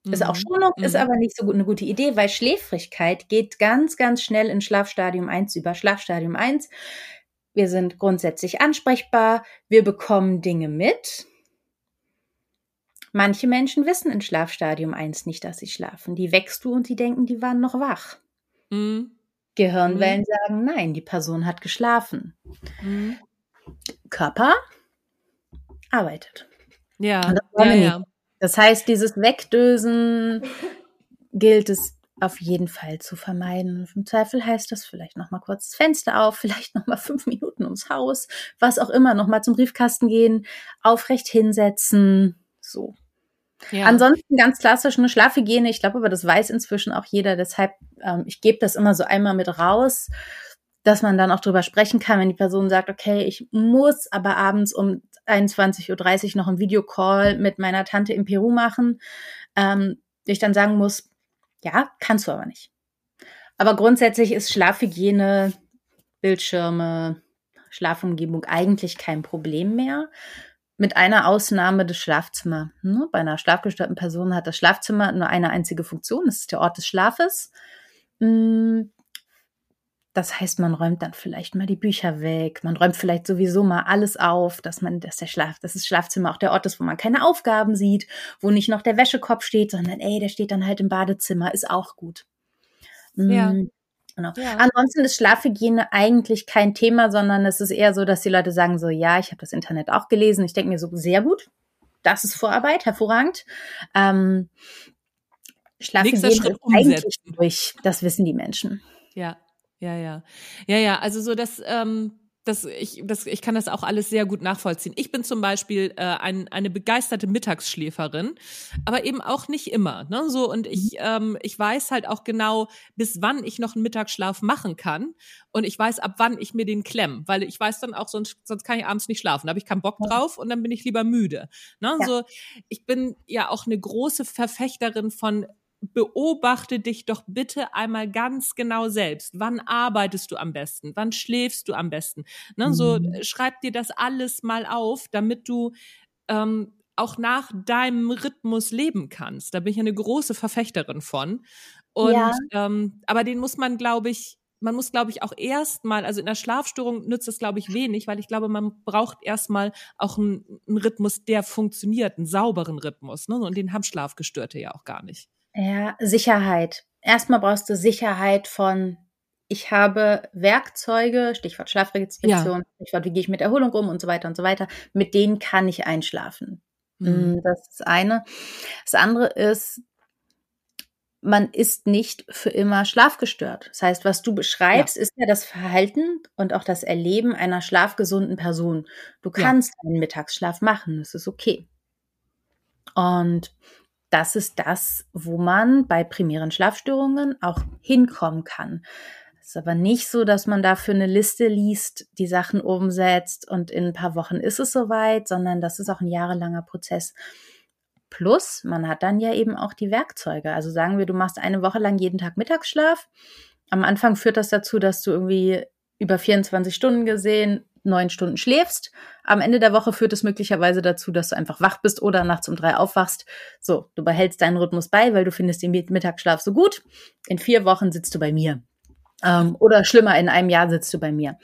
Ist auch Mhm. Schonung, ist Mhm. aber nicht so gut, eine gute Idee, weil Schläfrigkeit geht ganz, ganz schnell in Schlafstadium eins über. Schlafstadium eins, wir sind grundsätzlich ansprechbar, wir bekommen Dinge mit. Manche Menschen wissen in Schlafstadium eins nicht, dass sie schlafen. Die wächst du und die denken, die waren noch wach. Mhm. Gehirnwellen Mhm. sagen, nein, die Person hat geschlafen. Mhm. Körper arbeitet. Und Ja, das wollen ja, wir nicht. ja. Das heißt, dieses Wegdösen gilt es auf jeden Fall zu vermeiden. Im Zweifel heißt das vielleicht noch mal kurz das Fenster auf, vielleicht noch mal fünf Minuten ums Haus, was auch immer, noch mal zum Briefkasten gehen, aufrecht hinsetzen, so. Ja. Ansonsten ganz klassisch eine Schlafhygiene. Ich glaube aber, das weiß inzwischen auch jeder. Deshalb, ähm, ich gebe das immer so einmal mit raus, dass man dann auch drüber sprechen kann, wenn die Person sagt, okay, ich muss aber abends um einundzwanzig Uhr dreißig noch einen Videocall mit meiner Tante in Peru machen. Ähm, ich dann sagen muss, ja, kannst du aber nicht. Aber grundsätzlich ist Schlafhygiene, Bildschirme, Schlafumgebung eigentlich kein Problem mehr. Mit einer Ausnahme des Schlafzimmers. Ne? Bei einer schlafgestörten Person hat das Schlafzimmer nur eine einzige Funktion. Das ist der Ort des Schlafes. Das heißt, man räumt dann vielleicht mal die Bücher weg. Man räumt vielleicht sowieso mal alles auf, dass man, dass der Schlaf, dass das Schlafzimmer auch der Ort ist, wo man keine Aufgaben sieht, wo nicht noch der Wäschekorb steht, sondern ey, der steht dann halt im Badezimmer, ist auch gut. Ja. Mm, genau. Ja. Ansonsten ist Schlafhygiene eigentlich kein Thema, sondern es ist eher so, dass die Leute sagen so, ja, ich habe das Internet auch gelesen. Ich denke mir so, sehr gut, das ist Vorarbeit, hervorragend. Ähm, Schlafhygiene ist eigentlich umsetzen. durch, das wissen die Menschen. Ja, ja, ja. Ja, ja, also so das, ähm, das, ich, das, ich kann das auch alles sehr gut nachvollziehen. Ich bin zum Beispiel äh, ein, eine begeisterte Mittagsschläferin, aber eben auch nicht immer. Ne? So, und ich, ähm, ich weiß halt auch genau, bis wann ich noch einen Mittagsschlaf machen kann. Und ich weiß, ab wann ich mir den klemm, weil ich weiß dann auch, sonst, sonst kann ich abends nicht schlafen. Da habe ich keinen Bock drauf und dann bin ich lieber müde. Ne? Ja. So, ich bin ja auch eine große Verfechterin von beobachte dich doch bitte einmal ganz genau selbst. Wann arbeitest du am besten? Wann schläfst du am besten? Ne, so Mhm. schreib dir das alles mal auf, damit du ähm, auch nach deinem Rhythmus leben kannst. Da bin ich eine große Verfechterin von. Und Ja. ähm, aber den muss man, glaube ich, man muss, glaube ich, auch erstmal, also in der Schlafstörung nützt es, glaube ich, wenig, weil ich glaube, man braucht erstmal auch einen, einen Rhythmus, der funktioniert, einen sauberen Rhythmus. Ne? Und den haben Schlafgestörte ja auch gar nicht. Ja, Sicherheit. Erstmal brauchst du Sicherheit von, ich habe Werkzeuge, Stichwort Schlafrestriktion, ja. Stichwort, wie gehe ich mit Erholung um und so weiter und so weiter, mit denen kann ich einschlafen. Mhm. Das ist das eine. Das andere ist, man ist nicht für immer schlafgestört. Das heißt, was du beschreibst, ja. ist ja das Verhalten und auch das Erleben einer schlafgesunden Person. Du kannst ja. einen Mittagsschlaf machen, das ist okay. Und das ist das, wo man bei primären Schlafstörungen auch hinkommen kann. Es ist aber nicht so, dass man dafür eine Liste liest, die Sachen umsetzt und in ein paar Wochen ist es soweit, sondern das ist auch ein jahrelanger Prozess. Plus, man hat dann ja eben auch die Werkzeuge. Also sagen wir, du machst eine Woche lang jeden Tag Mittagsschlaf. Am Anfang führt das dazu, dass du irgendwie über vierundzwanzig Stunden gesehen neun Stunden schläfst. Am Ende der Woche führt es möglicherweise dazu, dass du einfach wach bist oder nachts um drei aufwachst. So, du behältst deinen Rhythmus bei, weil du findest den Mittagsschlaf so gut. In vier Wochen sitzt du bei mir. Ähm, oder schlimmer, in einem Jahr sitzt du bei mir.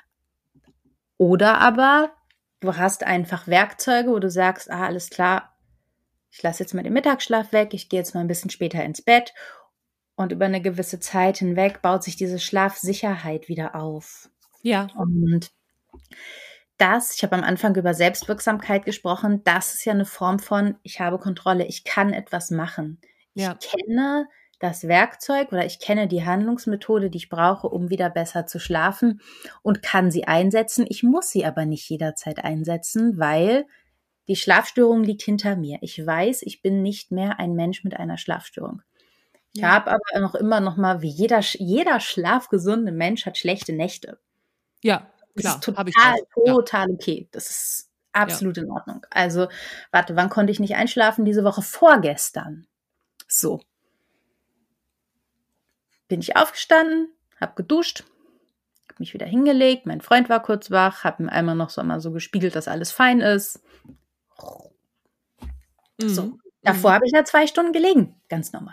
Oder aber du hast einfach Werkzeuge, wo du sagst, ah, alles klar, ich lasse jetzt mal den Mittagsschlaf weg, ich gehe jetzt mal ein bisschen später ins Bett. Und über eine gewisse Zeit hinweg baut sich diese Schlafsicherheit wieder auf. Ja. Und das, ich habe am Anfang über Selbstwirksamkeit gesprochen, das ist ja eine Form von, ich habe Kontrolle, ich kann etwas machen. Ich ja. kenne das Werkzeug oder ich kenne die Handlungsmethode, die ich brauche, um wieder besser zu schlafen und kann sie einsetzen. Ich muss sie aber nicht jederzeit einsetzen, weil die Schlafstörung liegt hinter mir. Ich weiß, ich bin nicht mehr ein Mensch mit einer Schlafstörung. Ich ja. habe aber noch immer noch mal, wie jeder, jeder schlafgesunde Mensch hat schlechte Nächte. Ja, das klar. ist total, ich auch. total ja. okay. Das ist absolut ja. in Ordnung. Also, warte, wann konnte ich nicht einschlafen? Diese Woche vorgestern. So. Bin ich aufgestanden, habe geduscht, habe mich wieder hingelegt. Mein Freund war kurz wach, habe ihm einmal noch so, einmal so gespiegelt, dass alles fein ist. Mhm. So. Davor Mhm. habe ich da zwei Stunden gelegen. Ganz normal.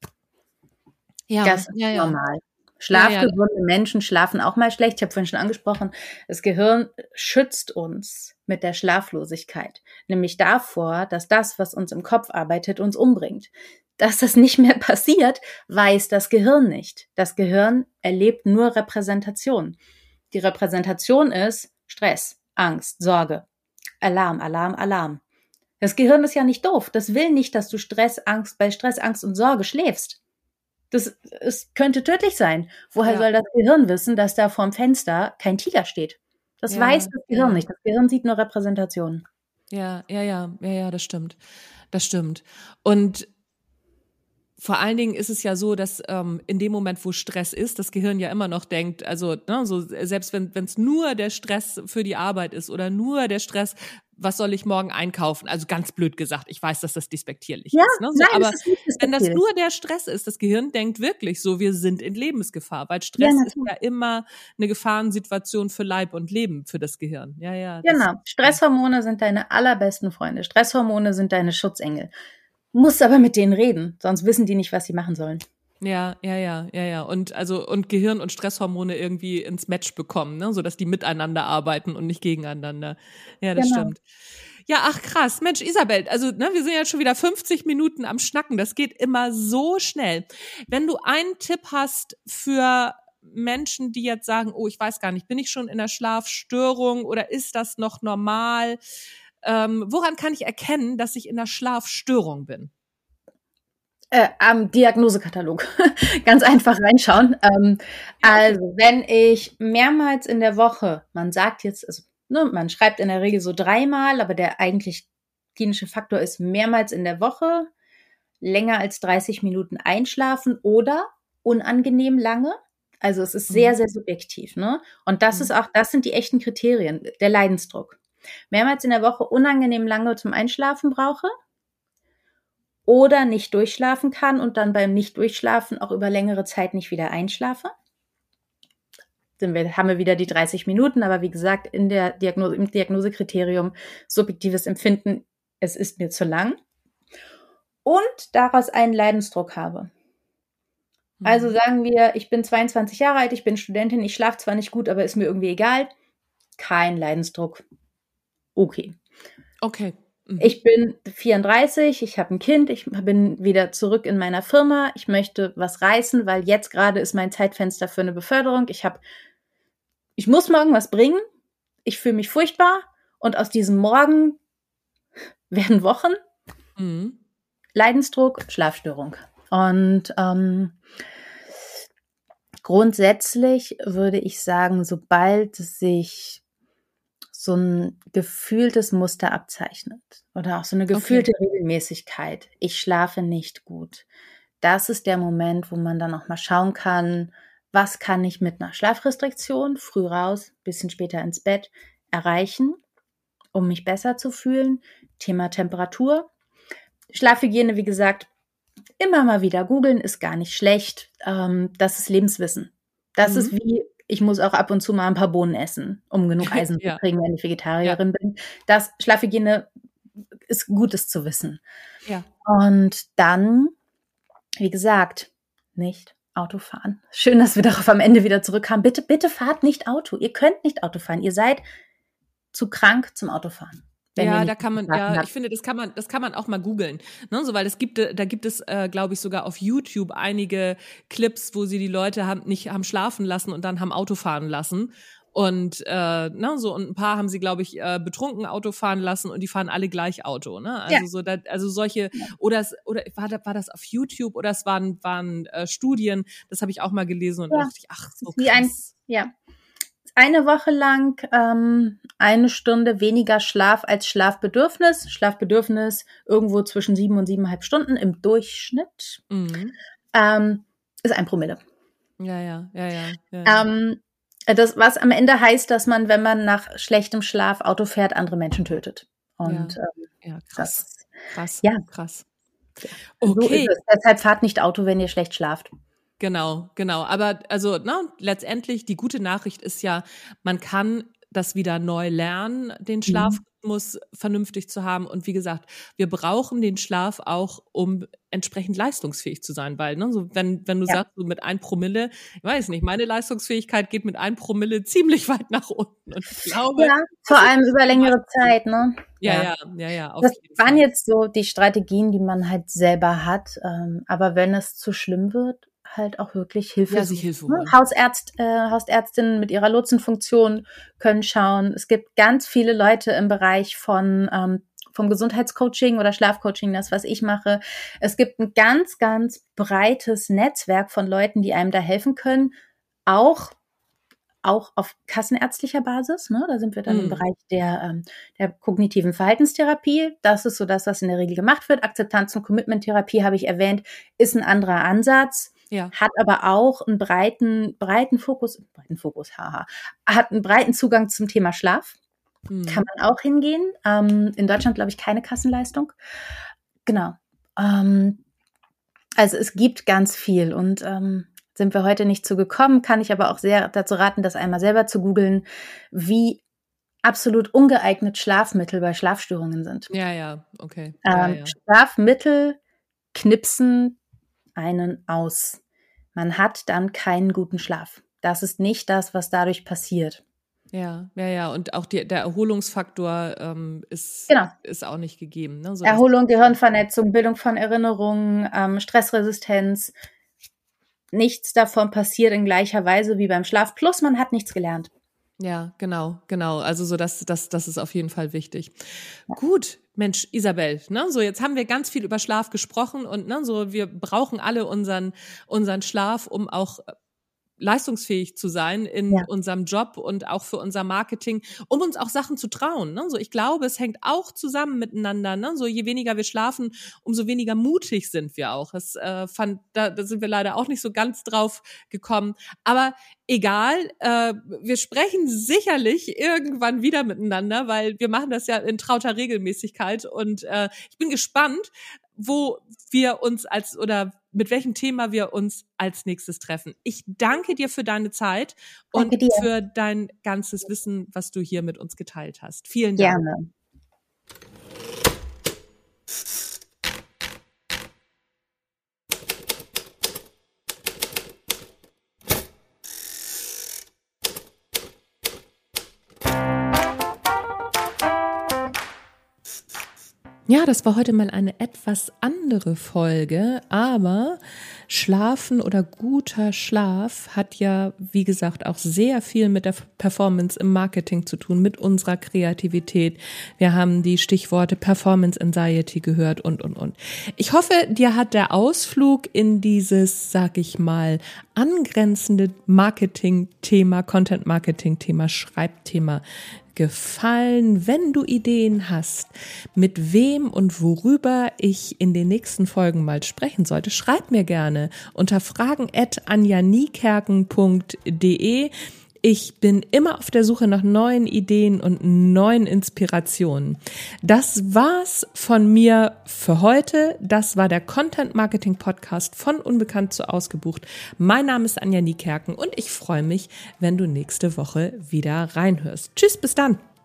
Ja, Das ist ja, ja. normal. Ja, ja. Schlafgewöhnte Menschen schlafen auch mal schlecht. Ich habe vorhin schon angesprochen, das Gehirn schützt uns mit der Schlaflosigkeit. Nämlich davor, dass das, was uns im Kopf arbeitet, uns umbringt. Dass das nicht mehr passiert, weiß das Gehirn nicht. Das Gehirn erlebt nur Repräsentation. Die Repräsentation ist Stress, Angst, Sorge, Alarm, Alarm, Alarm. Das Gehirn ist ja nicht doof. Das will nicht, dass du Stress, Angst, bei Stress, Angst und Sorge schläfst. Das es könnte tödlich sein. Woher Ja. soll das Gehirn wissen, dass da vorm Fenster kein Tiger steht? Das Ja, weiß das ja, Gehirn ja. nicht. Das Gehirn sieht nur Repräsentationen. Ja, ja, ja, ja, ja, das stimmt. Das stimmt. Und vor allen Dingen ist es ja so, dass ähm, in dem Moment, wo Stress ist, das Gehirn ja immer noch denkt, also ne, so selbst wenn wenn es nur der Stress für die Arbeit ist oder nur der Stress, was soll ich morgen einkaufen? Also ganz blöd gesagt, ich weiß, dass das despektierlich Ja, ist. Ne? So, nein, aber das ist nicht wenn das despektierlich. nur der Stress ist, das Gehirn denkt wirklich so, wir sind in Lebensgefahr, weil Ja, Stress ist natürlich. ja immer eine Gefahrensituation für Leib und Leben für das Gehirn. Ja, ja. Das, Genau. Stresshormone sind deine allerbesten Freunde. Stresshormone sind deine Schutzengel. Musst aber mit denen reden, sonst wissen die nicht, was sie machen sollen. Ja, ja, ja, ja, ja. Und also und Gehirn und Stresshormone irgendwie ins Match bekommen, ne, so dass die miteinander arbeiten und nicht gegeneinander. Ja, das Genau. stimmt. Ja, ach krass. Mensch, Isabel, also ne, wir sind ja schon wieder fünfzig Minuten am Schnacken. Das geht immer so schnell. Wenn du einen Tipp hast für Menschen, die jetzt sagen, oh, ich weiß gar nicht, bin ich schon in der Schlafstörung oder ist das noch normal? Ähm, woran kann ich erkennen, dass ich in der Schlafstörung bin? Äh, am Diagnosekatalog. Ganz einfach reinschauen. Ähm, Ja, okay. Also, wenn ich mehrmals in der Woche, man sagt jetzt, also, ne, man schreibt in der Regel so dreimal, aber der eigentlich klinische Faktor ist mehrmals in der Woche, länger als dreißig Minuten einschlafen oder unangenehm lange. Also es ist sehr, Mhm. sehr subjektiv, ne? Und das Mhm. ist auch, das sind die echten Kriterien, der Leidensdruck. Mehrmals in der Woche unangenehm lange zum Einschlafen brauche oder nicht durchschlafen kann und dann beim Nicht-Durchschlafen auch über längere Zeit nicht wieder einschlafe. Dann wir- haben wir wieder die dreißig Minuten, aber wie gesagt, in der Diagnose, im Diagnosekriterium subjektives Empfinden, es ist mir zu lang. Und daraus einen Leidensdruck habe. Also Mhm. sagen wir, ich bin zweiundzwanzig Jahre alt, ich bin Studentin, ich schlafe zwar nicht gut, aber ist mir irgendwie egal. Kein Leidensdruck. Okay. Okay. Mhm. Ich bin vierunddreißig, ich habe ein Kind, ich bin wieder zurück in meiner Firma, ich möchte was reißen, weil jetzt gerade ist mein Zeitfenster für eine Beförderung. Ich habe, ich muss morgen was bringen. Ich fühle mich furchtbar und aus diesem Morgen werden Wochen. Mhm. Leidensdruck, Schlafstörung. Und ähm, grundsätzlich würde ich sagen, sobald sich so ein gefühltes Muster abzeichnet oder auch so eine gefühlte Regelmäßigkeit, ich schlafe nicht gut, das ist der Moment, wo man dann auch mal schauen kann, was kann ich mit einer Schlafrestriktion, früh raus, bisschen später ins Bett, erreichen, um mich besser zu fühlen. Thema Temperatur. Schlafhygiene, wie gesagt, immer mal wieder googeln, ist gar nicht schlecht. Ähm, das ist Lebenswissen. Das Mhm. ist wie, ich muss auch ab und zu mal ein paar Bohnen essen, um genug Eisen Ja. zu kriegen, wenn ich Vegetarierin bin. Das Schlafhygiene ist Gutes zu wissen. Ja. Und dann, wie gesagt, nicht Auto fahren. Schön, dass wir darauf am Ende wieder zurückkamen. Bitte, bitte fahrt nicht Auto. Ihr könnt nicht Auto fahren. Ihr seid zu krank zum Autofahren. Wenn ihr Ja, nicht da kann man, geschlafen ja, habt. ich finde, das kann man, das kann man auch mal googeln, ne, so, weil es gibt, da gibt es, äh, glaube ich, sogar auf YouTube einige Clips, wo sie die Leute haben, nicht haben schlafen lassen und dann haben Auto fahren lassen. Und äh, ne, so und ein paar haben sie, glaube ich, äh, betrunken Auto fahren lassen und die fahren alle gleich Auto, ne? Also Ja. so, da, also solche Ja. oder es, oder war das, war das auf YouTube oder es waren waren äh, Studien, das habe ich auch mal gelesen und Ja. dachte ich, ach so Wie ein, krass. ja. Eine Woche lang ähm, eine Stunde weniger Schlaf als Schlafbedürfnis. Schlafbedürfnis irgendwo zwischen sieben und siebeneinhalb Stunden im Durchschnitt. Mhm. Ähm, ist ein Promille. Ja, ja, ja, ja. ja, ja. Ähm, das, was am Ende heißt, dass man, wenn man nach schlechtem Schlaf Auto fährt, andere Menschen tötet. Und Ja. ähm, Ja, krass, das, krass, ja, krass. so ist Okay, es. Deshalb fahrt nicht Auto, wenn ihr schlecht schlaft. genau, genau. Aber also, ne, letztendlich die gute Nachricht ist ja, man kann das wieder neu lernen, den Schlafrhythmus vernünftig zu haben. Und wie gesagt, wir brauchen den Schlaf auch, um entsprechend leistungsfähig zu sein, weil, ne, so wenn, wenn du Ja. sagst, so mit ein Promille, ich weiß nicht, meine Leistungsfähigkeit geht mit ein Promille ziemlich weit nach unten. Und ich glaube, Ja, vor allem über längere Zeit, ne? ja, ja, ja, ja, auf Das jeden waren Fall. jetzt so die Strategien, die man halt selber hat. Ähm, aber wenn es zu schlimm wird, halt auch wirklich Hilfe Ja, sich suchen, Hilfe ne? holen. Hausärzt, äh, Hausärztinnen mit ihrer Lotsenfunktion können schauen. Es gibt ganz viele Leute im Bereich von ähm, vom Gesundheitscoaching oder Schlafcoaching, das, was ich mache. Es gibt ein ganz, ganz breites Netzwerk von Leuten, die einem da helfen können. Auch auch auf kassenärztlicher Basis, ne? Da sind wir dann Mhm. im Bereich der, ähm, der kognitiven Verhaltenstherapie. Das ist so das, was in der Regel gemacht wird. Akzeptanz- und Commitment-Therapie, habe ich erwähnt, ist ein anderer Ansatz, Ja. hat aber auch einen breiten, breiten Fokus, breiten Fokus, haha, hat einen breiten Zugang zum Thema Schlaf. Mhm. Kann man auch hingehen. Ähm, in Deutschland, glaube ich, keine Kassenleistung. Genau. Ähm, also es gibt ganz viel und ähm, sind wir heute nicht zu gekommen, kann ich aber auch sehr dazu raten, das einmal selber zu googeln, wie absolut ungeeignet Schlafmittel bei Schlafstörungen sind. Ja, ja, okay. Ja, Ähm, ja. Schlafmittel knipsen einen aus. Man hat dann keinen guten Schlaf. Das ist nicht das, was dadurch passiert. Ja, ja, ja. Und auch die, der Erholungsfaktor ähm, ist, Genau. ist auch nicht gegeben. Ne? So, Erholung, Gehirnvernetzung, Bildung von Erinnerungen, ähm, Stressresistenz. Nichts davon passiert in gleicher Weise wie beim Schlaf. Plus man hat nichts gelernt. Ja, genau, genau. Also so das, das, das ist auf jeden Fall wichtig. Ja. Gut, Mensch, Isabel, ne, so jetzt haben wir ganz viel über Schlaf gesprochen und ne, so wir brauchen alle unseren unseren Schlaf, um auch leistungsfähig zu sein in ja. unserem Job und auch für unser Marketing, um uns auch Sachen zu trauen. Ne? So, ich glaube, es hängt auch zusammen miteinander. Ne? So, je weniger wir schlafen, umso weniger mutig sind wir auch. Das äh, fand, da, da sind wir leider auch nicht so ganz drauf gekommen. Aber egal, äh, wir sprechen sicherlich irgendwann wieder miteinander, weil wir machen das ja in trauter Regelmäßigkeit. Und äh, ich bin gespannt, wo wir uns als oder mit welchem Thema wir uns als nächstes treffen. Ich danke dir für deine Zeit und für dein ganzes Wissen, was du hier mit uns geteilt hast. Vielen Dank. Gerne. Ja, das war heute mal eine etwas andere Folge, aber Schlafen oder guter Schlaf hat ja, wie gesagt, auch sehr viel mit der Performance im Marketing zu tun, mit unserer Kreativität. Wir haben die Stichworte Performance Anxiety gehört und, und, und. Ich hoffe, dir hat der Ausflug in dieses, sag ich mal, angrenzende Marketing-Thema, Content-Marketing-Thema, Schreibthema gefallen. Wenn du Ideen hast, mit wem und worüber ich in den nächsten Folgen mal sprechen sollte, schreib mir gerne unter fragen at anja niekerken punkt de. Ich bin immer auf der Suche nach neuen Ideen und neuen Inspirationen. Das war's von mir für heute. Das war der Content Marketing Podcast von Unbekannt zu Ausgebucht. Mein Name ist Anja Niekerken und ich freue mich, wenn du nächste Woche wieder reinhörst. Tschüss, bis dann.